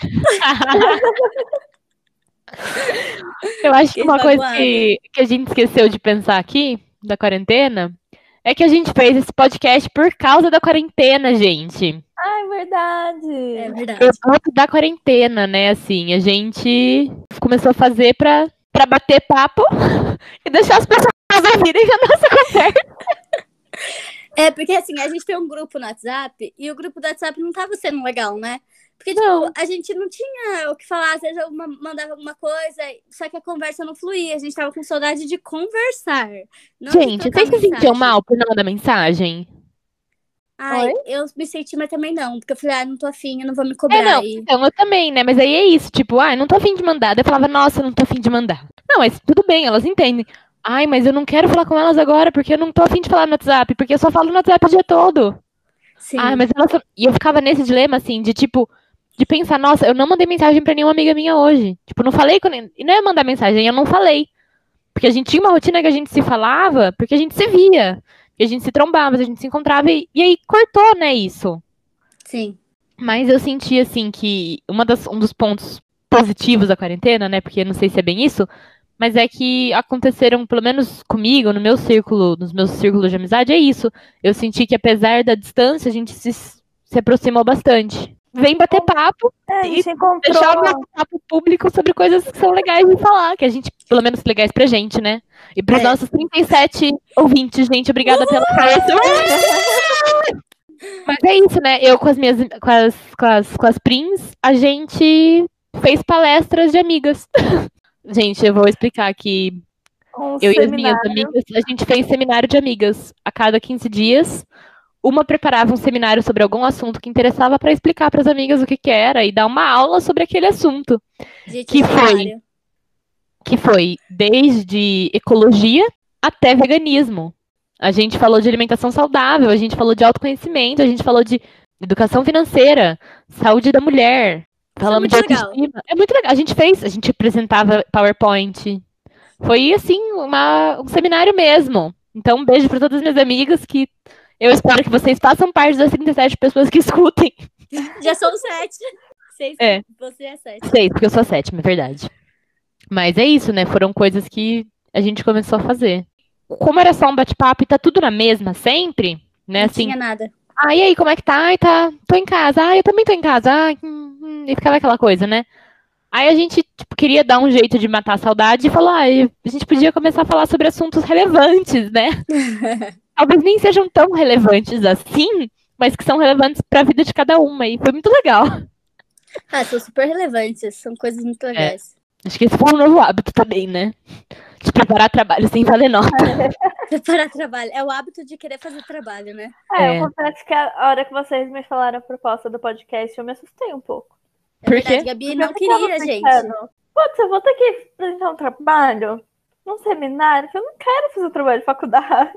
D: Eu acho que uma coisa que a gente esqueceu de pensar aqui, da quarentena, é que a gente fez esse podcast por causa da quarentena, gente.
A: É verdade.
B: É verdade.
D: Produto da quarentena, né? Assim, a gente começou a fazer pra bater papo e deixar as pessoas ouvirem a nossa conversa.
B: Porque assim, a gente tem um grupo no WhatsApp e o grupo do WhatsApp não tava sendo legal, né? Porque, tipo, a gente não tinha o que falar, às vezes eu mandava alguma coisa, só que a conversa não fluía, a gente tava com saudade de conversar.
D: Gente, vocês se sentiam mal por não mandar mensagem?
B: Eu me senti, mas também não, porque eu falei, não tô afim, eu não vou me cobrar.
D: Então, eu também, né? Mas aí é isso, tipo, não tô afim de mandar. Daí eu falava, nossa, eu não tô afim de mandar. Não, mas tudo bem, elas entendem. Mas eu não quero falar com elas agora, porque eu não tô afim de falar no WhatsApp, porque eu só falo no WhatsApp o dia todo.
B: Sim.
D: Mas elas... E eu ficava nesse dilema, assim, de tipo, de pensar, nossa, eu não mandei mensagem pra nenhuma amiga minha hoje. Tipo, não falei com... E não é mandar mensagem, eu não falei. Porque a gente tinha uma rotina que a gente se falava, porque a gente se via. E a gente se trombava, a gente se encontrava, e aí cortou, né, isso.
B: Sim.
D: Mas eu senti, assim, que um dos pontos positivos da quarentena, né, porque eu não sei se é bem isso, mas é que aconteceram, pelo menos comigo, no meu círculo, nos meus círculos de amizade, é isso. Eu senti que, apesar da distância, a gente se aproximou bastante. Vem bater papo
A: e
D: deixar o nosso papo público sobre coisas que são legais de falar, que a gente, pelo menos legais pra gente, né? E pros nossos 37 ouvintes, gente, obrigada pela força. Mas é isso, né? Eu com as minhas com as prims, a gente fez palestras de amigas. Gente, eu vou explicar aqui. Eu e as minhas amigas, a gente fez seminário de amigas. A cada 15 dias, uma preparava um seminário sobre algum assunto que interessava para explicar para as amigas o que que era e dar uma aula sobre aquele assunto.
B: Gente,
D: Que
B: seminário.
D: foi desde ecologia até veganismo. A gente falou de alimentação saudável, a gente falou de autoconhecimento, a gente falou de educação financeira, saúde da mulher, falamos de
B: muito legal.
D: autoestima. É muito legal. A gente apresentava PowerPoint. Foi, assim, um seminário mesmo. Então, um beijo para todas as minhas amigas que eu espero que vocês façam parte das 37 pessoas que escutem.
B: Já são 7. 6,
D: É.
B: você é 7.
D: 6, porque eu sou a 7ª, é verdade. Mas é isso, né? Foram coisas que a gente começou a fazer. Como era só um bate-papo e tá tudo na mesma sempre, né?
B: Não
D: Assim,
B: tinha nada.
D: e aí, como é que tá? Ai, tá, tô em casa. Eu também tô em casa. E ficava aquela coisa, né? Aí a gente, tipo, queria dar um jeito de matar a saudade e falou, a gente podia começar a falar sobre assuntos relevantes, né? Talvez nem sejam tão relevantes assim, mas que são relevantes pra vida de cada uma. E foi muito legal.
B: São super relevantes. São coisas muito legais.
D: Acho que esse foi um novo hábito também, né? De preparar trabalho sem valer nota.
B: Preparar trabalho. É o hábito de querer fazer trabalho, né?
A: Eu confesso que a hora que vocês me falaram a proposta do podcast, eu me assustei um pouco.
B: É verdade,
D: quê?
B: Gabi
A: Porque
B: não
A: eu ficava
B: queria, gente.
A: pensando, putz, eu vou ter que apresentar um trabalho num seminário que eu não quero fazer trabalho de faculdade.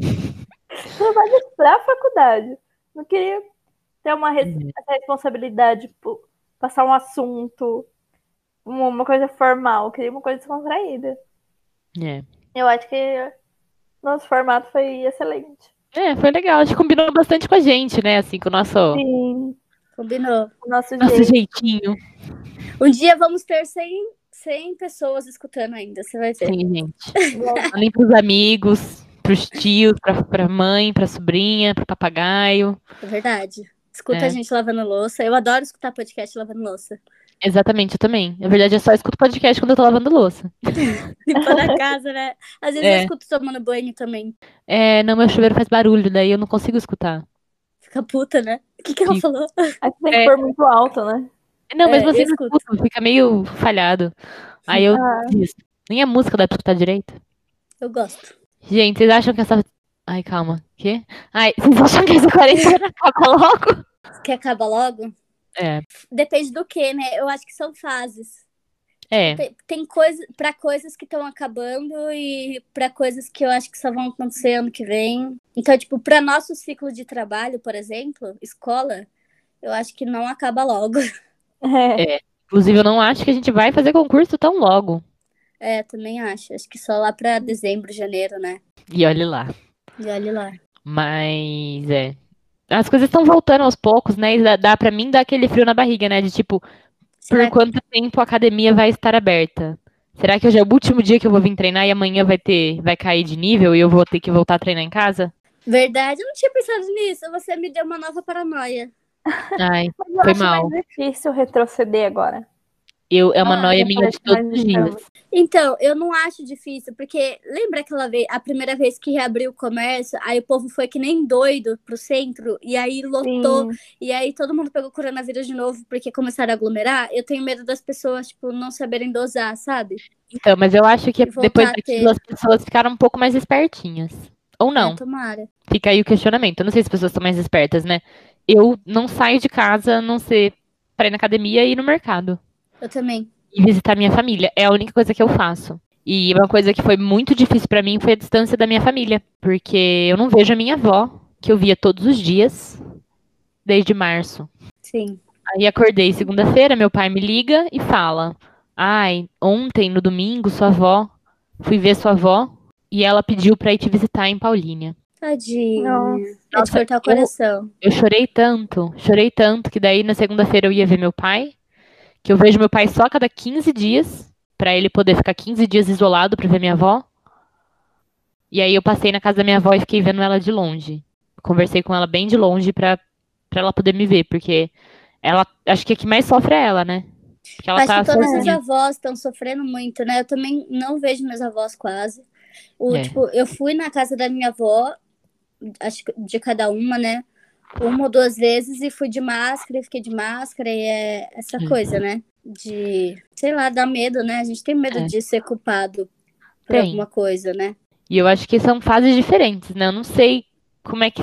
A: Trabalho pra faculdade. Não queria ter essa responsabilidade, tipo, passar um assunto, uma coisa formal. Eu queria uma coisa descontraída.
D: É.
A: Eu acho que nosso formato foi excelente.
D: Foi legal. Acho que combinou bastante com a gente, né? Assim, com o nosso
A: Sim,
B: Combinou.
A: o nosso jeito.
D: jeitinho.
B: Um dia vamos ter 100 pessoas escutando ainda, você vai ver.
D: Sim, gente. Além pros amigos, pros tios, pra mãe, pra sobrinha, pro papagaio.
B: É verdade. Escuta
D: É.
B: a gente lavando louça. Eu adoro escutar podcast lavando louça.
D: Exatamente, eu também. Na verdade, eu só escuto podcast quando eu tô lavando louça.
B: Limpando a casa, né? Às vezes eu escuto tomando banho também.
D: Não, meu chuveiro faz barulho, daí eu não consigo escutar.
B: Fica puta, né? O que ela
D: Sim.
B: falou?
A: Aí você tem que pôr muito alto, né?
D: Não, mesmo assim,
B: eu
D: não
B: escuto.
D: escuto, fica meio falhado. Aí eu desisto. Nem a música dá pra escutar direito.
B: Eu gosto.
D: Gente, vocês acham que essa. Ai, calma. Quê? Vocês acham que essa quarentena acaba logo?
B: Quer acabar logo?
D: É.
B: Depende do que, né? Eu acho que são fases.
D: É.
B: Tem coisas que estão acabando e para coisas que eu acho que só vão acontecer ano que vem. Então, tipo, para nosso ciclo de trabalho, por exemplo, escola, eu acho que não acaba logo.
D: Inclusive, eu não acho que a gente vai fazer concurso tão logo.
B: Também acho. Acho que só lá para dezembro, janeiro, né?
D: E olhe lá.
B: E olha lá.
D: Mas, as coisas estão voltando aos poucos, né? E dá pra mim dar aquele frio na barriga, né? De tipo, por quanto tempo a academia vai estar aberta? Será que hoje é o último dia que eu vou vir treinar e amanhã vai cair de nível e eu vou ter que voltar a treinar em casa?
B: Verdade, eu não tinha pensado nisso. Você me deu uma nova paranoia.
D: Ai,
A: Mas eu
D: foi
A: acho
D: mal.
A: mais difícil retroceder agora.
D: É uma noia minha de todos os dias.
B: Então, eu não acho difícil, porque lembra a primeira vez que reabriu o comércio, aí o povo foi que nem doido pro centro, e aí lotou, e aí todo mundo pegou coronavírus de novo, porque começaram a aglomerar. Eu tenho medo das pessoas, tipo, não saberem dosar, sabe?
D: Então, mas eu acho que
B: voltar
D: depois
B: a
D: daquilo as pessoas ficaram um pouco mais espertinhas. Ou não.
B: Tomara.
D: Fica aí o questionamento. Eu não sei se as pessoas estão mais espertas, né? Eu não saio de casa, a não ser pra ir na academia e ir no mercado.
B: Eu também.
D: E visitar minha família. É a única coisa que eu faço. E uma coisa que foi muito difícil pra mim foi a distância da minha família. Porque eu não vejo a minha avó, que eu via todos os dias, desde março.
B: Sim.
D: Aí acordei segunda-feira, meu pai me liga e fala: ontem, no domingo, fui ver sua avó e ela pediu pra ir te visitar em Paulínia.
B: Tadinho. É de cortar o coração.
D: Eu chorei tanto, que daí na segunda-feira eu ia ver meu pai, que eu vejo meu pai só a cada 15 dias, pra ele poder ficar 15 dias isolado pra ver minha avó. E aí eu passei na casa da minha avó e fiquei vendo ela de longe. Conversei com ela bem de longe pra ela poder me ver, porque acho que a que mais sofre é ela, né? Porque ela
B: acho
D: tá
B: que todas
D: sozinha.
B: as avós estão sofrendo muito, né? Eu também não vejo meus avós quase. Tipo, eu fui na casa da minha avó, acho que de cada uma, né? uma ou duas vezes e fui de máscara e fiquei de máscara e é essa coisa, né? De, sei lá, dá medo, né? A gente tem medo de ser culpado por
D: Tem.
B: alguma coisa, né?
D: E eu acho que são fases diferentes, né? Eu não sei como é que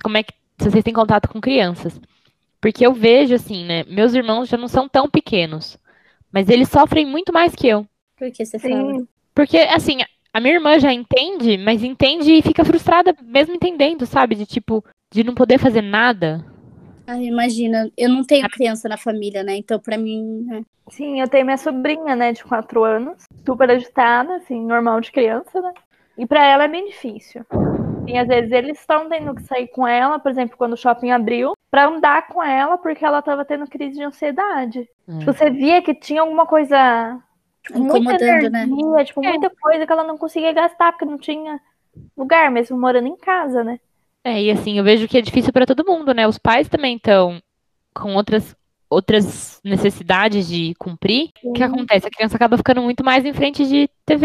D: se vocês têm contato com crianças. Porque eu vejo, assim, né? Meus irmãos já não são tão pequenos. Mas eles sofrem muito mais que eu.
B: Por que você fala?
A: Sim,
D: Porque, assim, a minha irmã já entende, mas entende e fica frustrada mesmo entendendo, sabe? De, tipo, de não poder fazer nada.
B: Ai, imagina, eu não tenho criança na família, né? Então, pra mim,
A: sim, eu tenho minha sobrinha, né, de 4 anos, super agitada, assim, normal de criança, né? E pra ela é bem difícil. E às vezes eles estão tendo que sair com ela, por exemplo, quando o shopping abriu, pra andar com ela, porque ela tava tendo crise de ansiedade. Tipo, você via que tinha alguma coisa, tipo, muita
B: incomodando, né?
A: energia, tipo, muita coisa que ela não conseguia gastar, porque não tinha lugar, mesmo morando em casa, né?
D: E assim, eu vejo que é difícil pra todo mundo, né? Os pais também estão com outras necessidades de cumprir. O que acontece? A criança acaba ficando muito mais em frente de TV.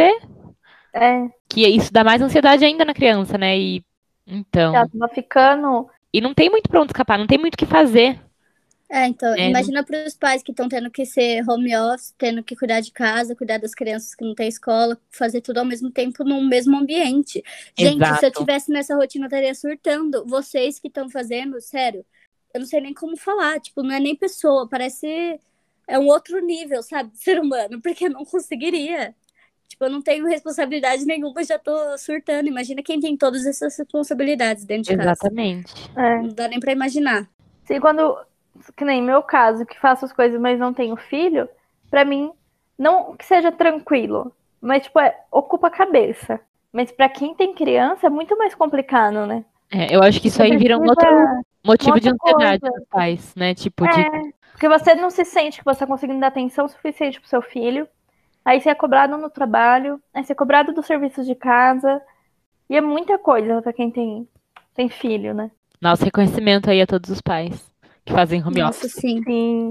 A: É,
D: Que isso dá mais ansiedade ainda na criança, né? E então.
A: ela tava ficando.
D: E não tem muito pra onde escapar, não tem muito o que fazer.
B: Então,
D: É,
B: imagina para os pais que estão tendo que ser home office, tendo que cuidar de casa, cuidar das crianças que não têm escola, fazer tudo ao mesmo tempo no mesmo ambiente. Gente, se eu
D: Exato.
B: tivesse nessa rotina, eu estaria surtando. Vocês que estão fazendo, sério, eu não sei nem como falar. Tipo, não é nem pessoa, parece é um outro nível, sabe, de ser humano, porque eu não conseguiria. Tipo, eu não tenho responsabilidade nenhuma, já tô surtando. Imagina quem tem todas essas responsabilidades dentro de casa.
D: Exatamente.
A: É.
B: Não dá nem pra imaginar.
A: Se quando, que nem meu caso, que faço as coisas, mas não tenho filho, pra mim, não que seja tranquilo, mas, tipo, ocupa a cabeça. Mas pra quem tem criança, é muito mais complicado, né?
D: Eu acho que isso aí vira um outro motivo de
A: outra
D: ansiedade
A: coisa.
D: dos pais, né? Tipo, de.
A: Porque você não se sente que você tá conseguindo dar atenção suficiente pro seu filho. Aí você é cobrado no trabalho, aí você é cobrado dos serviços de casa. E é muita coisa pra quem tem filho, né?
D: Nosso reconhecimento aí a todos os pais que fazem home
B: Nossa,
D: office.
B: sim.
A: Sim.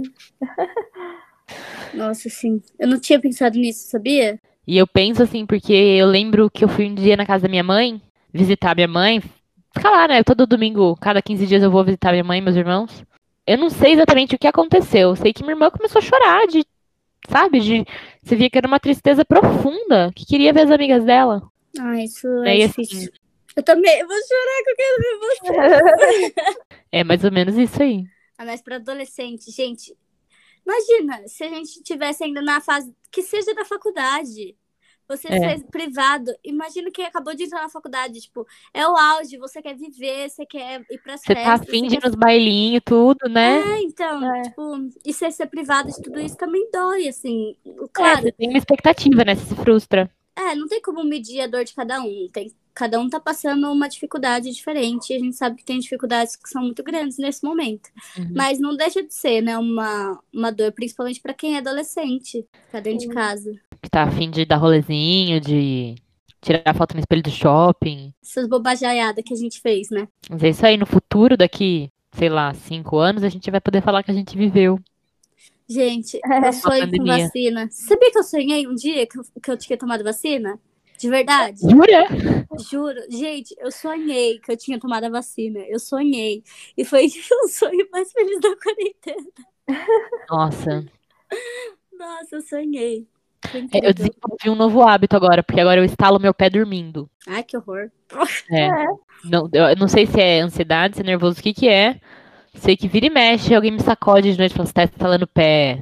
B: Nossa, sim. Eu não tinha pensado nisso, sabia?
D: E eu penso assim, porque eu lembro que eu fui um dia na casa da minha mãe, visitar minha mãe, ficar lá, né? Todo domingo, cada 15 dias eu vou visitar minha mãe e meus irmãos. Eu não sei exatamente o que aconteceu. Eu sei que minha irmã começou a chorar, sabe? Você via que era uma tristeza profunda, que queria ver as amigas dela.
B: Isso
D: Né?
B: é
D: E,
B: difícil.
D: assim,
B: Eu também, eu vou chorar que eu quero ver você.
D: é mais ou menos isso aí.
B: Mas para adolescente, gente, imagina se a gente tivesse ainda na fase que seja da faculdade. Você ser privado, imagina quem acabou de entrar na faculdade, tipo, é o auge, você quer viver, você quer ir pras
D: Você
B: festas.
D: tá afim de ir nos bailinhos e tudo, né?
B: Então, tipo, e ser privado de tudo isso também dói, assim.
D: Você
B: Claro,
D: tem uma expectativa, né? Você se frustra.
B: não tem como medir a dor de cada um. Cada um tá passando uma dificuldade diferente. E a gente sabe que tem dificuldades que são muito grandes nesse momento. Mas não deixa de ser, né, uma dor, principalmente pra quem é adolescente, ficar dentro de casa.
D: Que tá afim de dar rolezinho, de tirar foto no espelho do shopping.
B: Essas bobajaiadas que a gente fez, né?
D: Mas é isso aí, no futuro, daqui, sei lá, 5 anos, a gente vai poder falar que a gente viveu.
B: Gente, eu sonho com
D: pandemia.
B: vacina. Sabia que eu sonhei um dia que eu tinha tomado vacina? De verdade?
D: Jura?
B: Juro. Gente, eu sonhei que eu tinha tomado a vacina. Eu sonhei. E foi o sonho mais feliz da quarentena.
D: Nossa.
B: Nossa, eu sonhei. Foi
D: Eu
B: incrível.
D: desenvolvi um novo hábito agora, porque agora eu estalo meu pé dormindo.
B: Ai, que horror.
D: Não, eu não sei se é ansiedade, se é nervoso, o que que é. Sei que vira e mexe, alguém me sacode de noite e fala, você tá estalando o pé.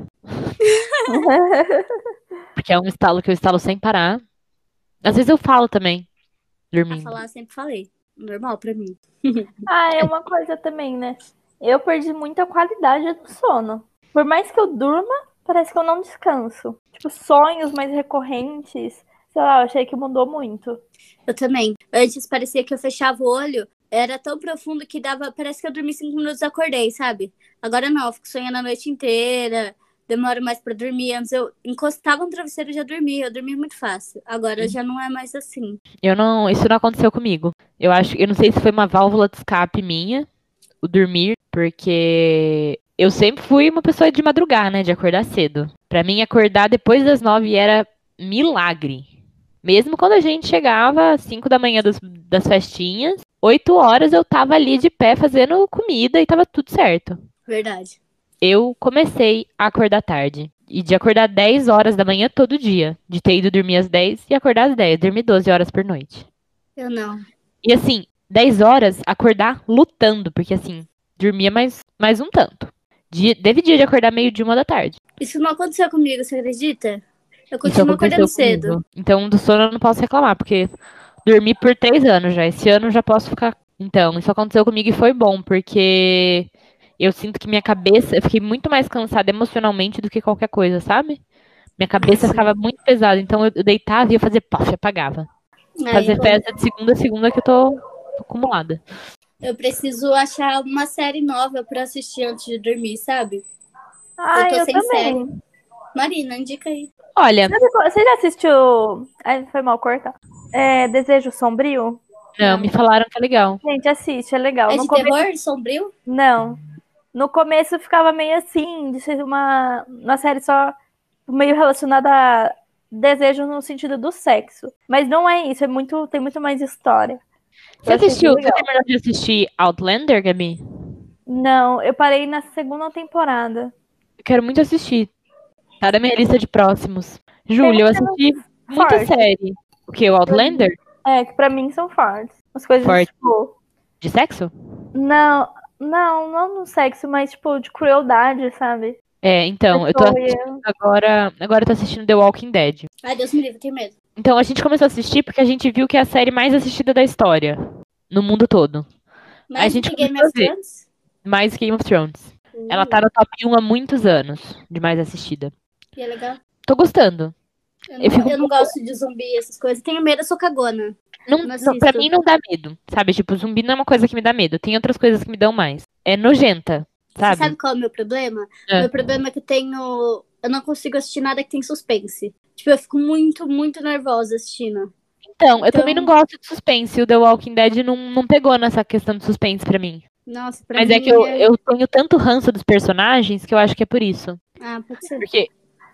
D: Porque é um estalo que eu estalo sem parar. Às vezes eu falo também,
B: A
D: dormindo.
B: falar, sempre falei. Normal pra mim.
A: É uma coisa também, né? Eu perdi muita qualidade do sono. Por mais que eu durma, parece que eu não descanso. Tipo, sonhos mais recorrentes. Sei lá, eu achei que mudou muito.
B: Eu também. Antes parecia que eu fechava o olho, era tão profundo que dava. Parece que eu dormi 5 minutos e acordei, sabe? Agora não, eu fico sonhando a noite inteira, demoro mais pra dormir. Antes eu encostava no travesseiro e já dormia. Eu dormia muito fácil. Agora já não é mais assim.
D: Isso não aconteceu comigo. Eu não sei se foi uma válvula de escape minha, o dormir, porque eu sempre fui uma pessoa de madrugar, né, de acordar cedo. Pra mim, acordar depois das 9 era milagre. Mesmo quando a gente chegava às 5 da manhã das festinhas, 8 horas eu tava ali de pé fazendo comida e tava tudo certo.
B: Verdade.
D: Eu comecei a acordar tarde. E de acordar 10 horas da manhã todo dia. De ter ido dormir às 10 e acordar às 10. Dormir 12 horas por noite.
B: Eu não.
D: E assim, 10 horas, acordar lutando. Porque assim, dormia mais um tanto. Teve dia de acordar meio-dia, 1 da tarde.
B: Isso não aconteceu comigo, você acredita? Eu
D: Isso
B: continuo
D: aconteceu
B: acordando cedo.
D: comigo. Então, do sono eu não posso reclamar. Porque dormi por 3 anos já. Esse ano eu já posso ficar... Então, isso aconteceu comigo e foi bom. Porque... eu sinto que minha cabeça, eu fiquei muito mais cansada emocionalmente do que qualquer coisa, sabe? Minha cabeça ficava muito pesada, então eu deitava e ia fazer puff, apagava. Fazer festa de segunda a segunda que eu tô acumulada.
B: Eu preciso achar uma série nova pra assistir antes de dormir, sabe?
A: Ai,
B: eu tô
A: eu
B: sem
A: também.
B: série. Marina, indica aí.
D: Olha,
A: Você já assistiu... Ai, foi mal cortar. Desejo Sombrio?
D: não, me falaram que é legal.
A: Gente, assiste, é legal.
B: É
A: No
B: de
A: começo...
B: terror, sombrio?
A: Não. No começo ficava meio assim, de ser uma série só meio relacionada a desejo no sentido do sexo. Mas não é isso, tem muito mais história.
D: Você
A: Eu achei
D: assistiu,
A: legal.
D: você terminou de assistir Outlander, Gabi?
A: Não, eu parei na segunda temporada.
D: Eu quero muito assistir. Tá na minha lista de próximos. Júlia, eu assisti muita
A: forte.
D: série. O que, o Outlander?
A: Que pra mim são fortes. As coisas,
D: Forte.
A: tipo...
D: De sexo?
A: Não no sexo, mas, tipo, de crueldade, sabe?
D: Então, eu tô assistindo agora eu tô assistindo The Walking Dead.
B: Ai, Deus me livre, tenho medo.
D: Então, a gente começou a assistir porque a gente viu que é a série mais assistida da história. No mundo todo. A
B: Mas
D: gente
B: de Game
D: começou
B: of
D: a ver.
B: Thrones?
D: Mais Game of Thrones. Ela tá no top 1 há muitos anos de mais assistida.
B: E é legal?
D: Tô gostando.
B: Eu não gosto de zumbi, essas coisas. Tenho medo, eu sou cagona.
D: Pra mim não dá medo, sabe? Tipo, zumbi não é uma coisa que me dá medo. Tem outras coisas que me dão mais. É nojenta, sabe?
B: Você sabe qual é o meu problema? Meu problema é que eu não consigo assistir nada que tem suspense. Tipo, eu fico muito, muito nervosa assistindo.
D: Então, eu também não gosto de suspense. O The Walking Dead não pegou nessa questão de suspense pra mim.
B: Nossa, pra mim...
D: Mas é que eu tenho tanto ranço dos personagens que eu acho que é por isso.
B: Ah, pode ser.
D: Porque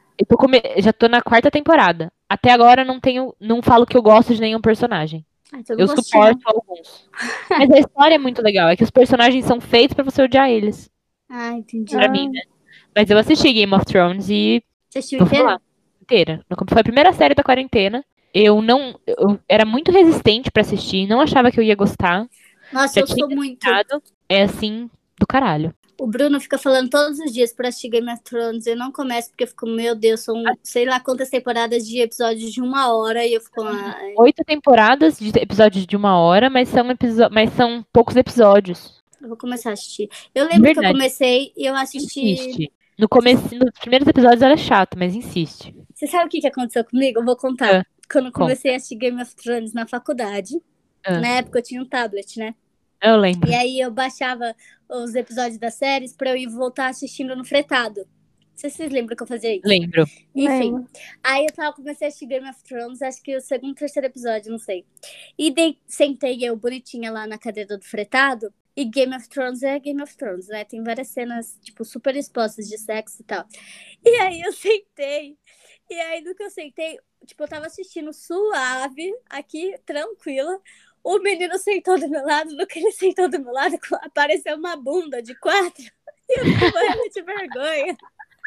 D: eu já tô na 4ª temporada. Até agora eu não falo que eu gosto de nenhum personagem. Eu suporto alguns. Mas a história é muito legal. É que os personagens são feitos pra você odiar eles.
B: Ah, entendi.
D: Pra mim, né? Mas eu assisti Game of Thrones e...
B: Você assistiu
D: inteira? Foi a primeira série da quarentena. Eu era muito resistente pra assistir. Não achava que eu ia gostar.
B: Nossa, eu sou muito.
D: É assim, do caralho.
B: O Bruno fica falando todos os dias pra assistir Game of Thrones. Eu não começo porque eu fico, meu Deus, são sei lá quantas temporadas de episódios de 1 hora e eu fico...
D: 8 temporadas de episódios de 1 hora, mas são poucos episódios.
B: Eu vou começar a assistir. Eu lembro
D: Verdade.
B: que eu comecei e eu assisti...
D: Insiste. Nos primeiros episódios era chato, mas insiste.
B: Você sabe o que aconteceu comigo? Eu vou contar. Quando eu comecei a assistir Game of Thrones na faculdade, na época eu tinha um tablet, né?
D: Eu lembro.
B: E aí eu baixava os episódios das séries pra eu ir voltar assistindo no fretado. Não sei se vocês lembram que eu fazia isso.
D: Lembro.
B: Enfim. Aí eu comecei a assistir Game of Thrones, acho que o segundo, terceiro episódio, não sei. E sentei eu bonitinha lá na cadeira do fretado. E Game of Thrones é Game of Thrones, né? Tem várias cenas, tipo, super expostas de sexo e tal. E aí eu sentei. E aí no que eu sentei, tipo, eu tava assistindo suave, aqui, tranquila. O menino sentou do meu lado, no que ele sentou do meu lado, apareceu uma bunda de 4 e eu fiquei morrendo de vergonha.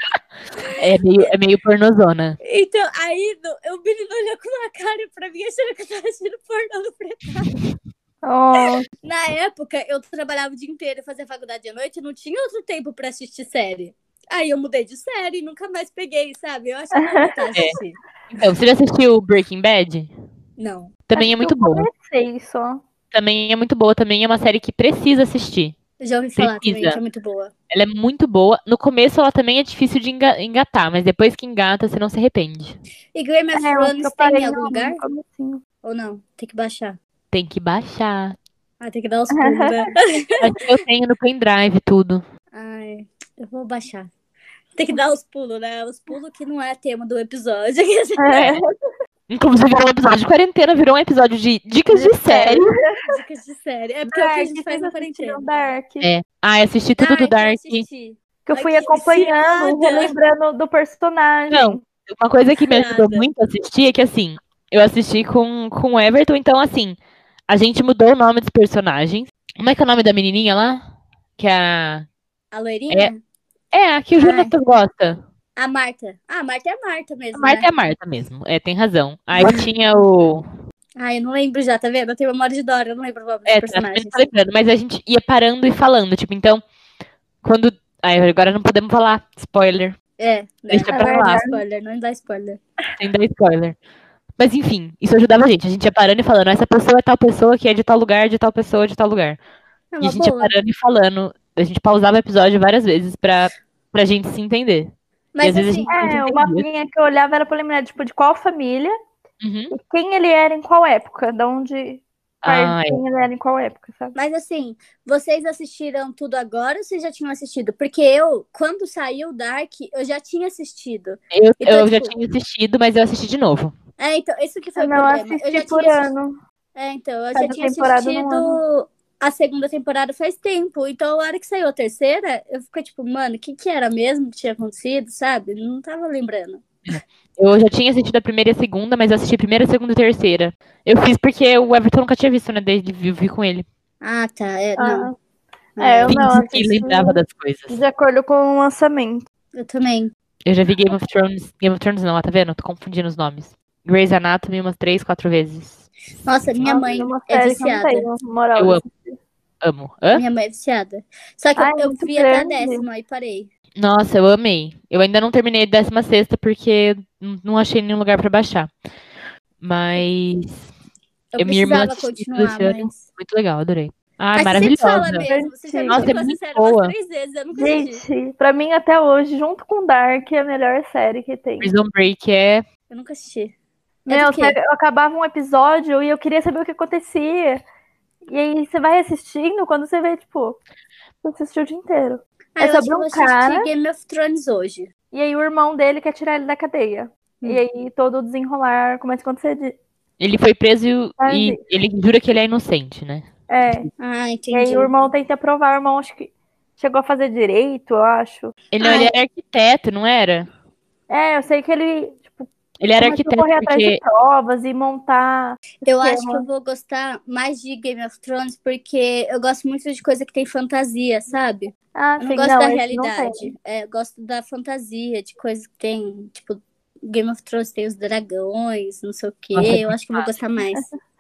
D: É meio pornozona.
B: Então, aí o menino olhou com uma cara pra mim, achando que eu tava assistindo pornô no fretado. Na época, eu trabalhava o dia inteiro, fazia faculdade à noite, não tinha outro tempo pra assistir série. Aí eu mudei de série e nunca mais peguei, sabe? Eu acho que eu vou voltar a assistir.
D: Então, você já assistiu Breaking Bad?
B: Não.
D: Também é muito boa. Também é muito boa, também é uma série que precisa assistir.
B: Eu já ouvi falar também, que é muito boa.
D: Ela é muito boa. No começo ela também é difícil de engatar, mas depois que engata, você não se arrepende.
B: E Game of Thrones tem em algum lugar? Ou não? Tem que baixar?
D: Tem que baixar.
B: Ah, tem que dar os pulos, né?
D: Eu tenho no pendrive tudo.
B: Ai, eu vou baixar. Tem que dar os pulos, né? Os pulos que não é tema do episódio.
D: Inclusive, virou um episódio de quarentena, virou um episódio de dicas de série.
B: Dicas de série. É porque é o que a gente faz na quarentena.
A: Dark.
D: Eu assisti tudo do Dark.
A: Que eu fui acompanhando, lembrando do personagem.
D: Não, uma coisa que me ajudou muito a assistir é que, assim, eu assisti com o Everton, então, assim, A gente mudou o nome dos personagens. Como é que é o nome da menininha lá? Que é
B: A loirinha?
D: a que o Jonathan gosta.
B: A Marta. Ah, a Marta é a Marta
D: A
B: mesmo,
D: Marta
B: né?
D: é a Marta mesmo. Tem razão. Aí tinha o...
B: Ah, eu não lembro já, tá vendo? Eu tenho memória de Dora, eu não lembro o nome dos
D: Tá
B: personagens.
D: lembrando. Mas a gente ia parando e falando. Tipo, então, quando... agora não podemos falar. Spoiler. Deixa pra lá.
B: Spoiler, não dá spoiler.
D: Sem dar spoiler. Mas enfim, isso ajudava a gente. A gente ia parando e falando, essa pessoa é tal pessoa que é de tal lugar, de tal pessoa, de tal lugar.
B: É
D: E
B: uma
D: a gente ia
B: boa.
D: parando e falando. A gente pausava o episódio várias vezes pra gente se entender. E
B: Mas
D: às vezes a
B: assim,
D: gente não se
A: o
D: entendia.
A: mapinha que eu olhava era pra lembrar, tipo, de qual família
D: Uhum.
A: e quem ele era em qual época. De onde.
D: Ah,
A: Quem ele era em qual época, sabe?
B: mas assim, vocês assistiram tudo agora ou vocês já tinham assistido? Porque eu, quando saiu o Dark, eu já tinha assistido.
D: Eu
B: Então,
D: já
B: tipo,
D: tinha assistido, mas eu assisti de novo.
B: então, isso que foi
A: Eu
B: o
A: não
B: problema. Eu
A: assisti
B: já
A: por
B: tinha
A: ano.
B: então, eu
A: Cada
B: já tinha
A: temporada num
B: assistido a segunda temporada faz tempo. Então, a hora que saiu a terceira, eu fiquei tipo, mano, o que era mesmo que tinha acontecido, sabe? Não tava lembrando.
D: Eu já tinha assistido a primeira e a segunda, mas eu assisti a primeira, a segunda e a terceira. Eu fiz porque o Everton nunca tinha visto, né? Desde eu vi com ele.
B: Ah, tá.
A: Ah,
B: não.
A: eu não
D: Fingi que
A: assisti
D: lembrava das coisas.
A: de acordo com o lançamento.
B: Eu também.
D: Eu já vi Game of Thrones. Game of Thrones não, ó, tá vendo? Tô confundindo os nomes. Grey's Anatomy umas 3, 4 vezes.
B: Nossa, minha mãe
A: Uma
B: é
A: série que eu não
B: viciada.
A: tenho moral.
D: Eu
A: de
D: amo.
A: assistir.
D: Amo. Hã?
B: Minha mãe é viciada. Só que
A: Ai,
B: eu
A: muito
B: vi até a
A: grande.
B: 10ª e parei.
D: Nossa, eu amei. Eu ainda não terminei a 16ª porque não achei nenhum lugar pra baixar. Mas
B: Eu
D: minha irmã
B: precisava
D: assistiu
B: continuar,
D: esse ano.
B: mas...
D: Muito legal, adorei.
B: Ah,
D: Ai,
B: você sempre fala
D: maravilhosa.
B: mesmo. Você já me
D: Nossa, é
B: indicou essa
D: muito
B: série
D: boa.
B: umas 3 vezes, eu nunca assisti.
A: Gente, pra mim até hoje, junto com Dark, é a melhor série que tem.
D: Prison Break é...
B: Eu nunca assisti.
A: Meu,
B: do quê?
A: eu acabava um episódio e eu queria saber o que acontecia. E aí você vai assistindo, quando você vê, tipo, você assistiu o dia inteiro.
B: Ah,
A: É
B: eu acho que
A: sobre
B: eu vou
A: um cara,
B: assistir Game of Thrones hoje.
A: e aí o irmão dele quer tirar ele da cadeia. E aí todo o desenrolar começa a acontecer.
D: Ele foi preso e
A: Entendi.
D: ele jura que ele é inocente, né?
B: Ah,
A: E
B: entendi.
A: aí o irmão tenta provar, o irmão acho que chegou a fazer direito, eu acho.
D: Ele era arquiteto, não era?
A: Eu sei que ele, tipo,
D: Ele era
A: começou a
D: arquiteto
A: correr atrás de
D: porque...
A: provas e montar
B: Eu acho
A: esquema.
B: que eu vou gostar mais de Game of Thrones porque eu gosto muito de coisa que tem fantasia, sabe?
A: Ah,
B: Eu não
A: sim,
B: gosto da
A: esse não
B: realidade.
A: tem.
B: Eu gosto da fantasia, de coisas que tem, tipo, Game of Thrones tem os dragões, não sei o quê.
D: Nossa, é
B: Eu acho que eu vou gostar mais.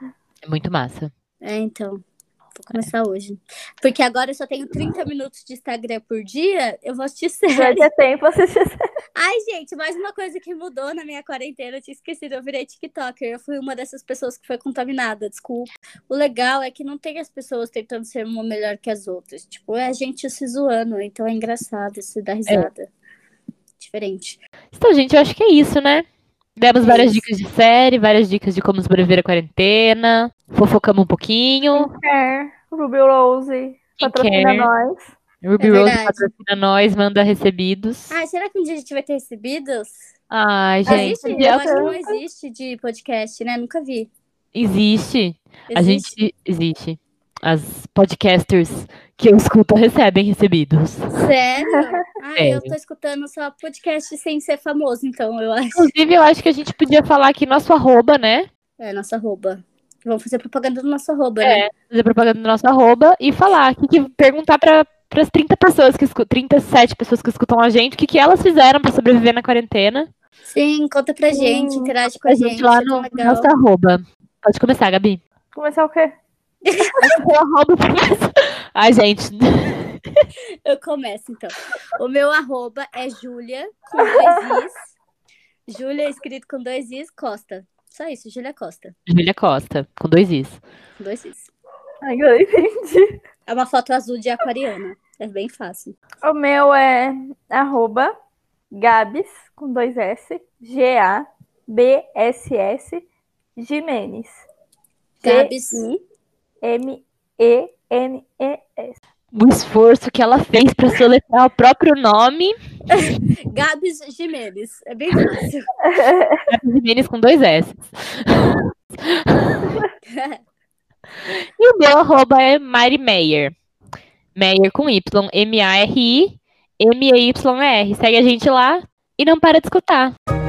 D: É muito massa.
B: Então, vou começar hoje. Porque agora eu só tenho 30 minutos de Instagram por dia, eu vou assistir
A: Vai
B: série.
A: ter tempo assistir.
B: Ai, gente, mais uma coisa que mudou na minha quarentena, eu tinha esquecido, eu virei TikToker, eu fui uma dessas pessoas que foi contaminada, desculpa. O legal é que não tem as pessoas tentando ser uma melhor que as outras, tipo, é a gente se zoando, então é engraçado, se dá risada. Diferente.
D: Então, gente, eu acho que é isso, né? Demos várias
B: isso.
D: dicas de série, várias dicas de como sobreviver à quarentena. Fofocamos um pouquinho.
A: Ruby Rose patrocina nós.
D: Ruby
B: É
D: Rose
B: verdade.
D: patrocina nós, manda recebidos.
B: Ai, será que um dia a gente vai ter recebidos?
D: Ai, gente.
B: Existe? Eu acho que não existe de podcast, né? Nunca vi.
D: Existe. A
B: Existe?
D: gente existe. As podcasters que eu escuto recebem recebidos.
B: Sério? Ai, eu
D: Sério.
B: tô escutando só podcast sem ser famoso, então eu acho.
D: Inclusive, eu acho que a gente podia falar aqui nosso arroba, né?
B: É, nossa arroba. Vamos fazer propaganda do nosso arroba, né?
D: Fazer propaganda do nosso arroba e falar. Perguntar para as 30 pessoas 37 pessoas que escutam a gente, o que elas fizeram para sobreviver na quarentena.
B: Sim, conta pra gente, interage com
D: A
B: a
D: gente
B: gente,
D: lá
B: é tão
D: no
B: legal.
D: nosso arroba. Pode começar, Gabi.
A: Começar o quê?
D: O arroba começa. Ai, gente.
B: Eu começo, então. O meu arroba é Júlia, com 2 Is. Júlia escrito com 2 Is, Costa. Só isso, Júlia Costa.
D: Júlia Costa, com 2 Is.
B: Com 2 Is.
A: Ai, eu entendi.
B: É uma foto azul de aquariana. É bem fácil.
A: O meu é @Gabs, com 2 S, GABSS, Jimenez.
B: Gabs.
A: GIMENES.
D: O esforço que ela fez para soletrar o próprio nome.
B: Gabs Jimenez. É bem fácil.
D: Jimenez com 2 S. E o meu arroba é Mari Meyer. Meyer com Y, M-A-R-I, M-E-Y-R. Segue a gente lá e não para de escutar.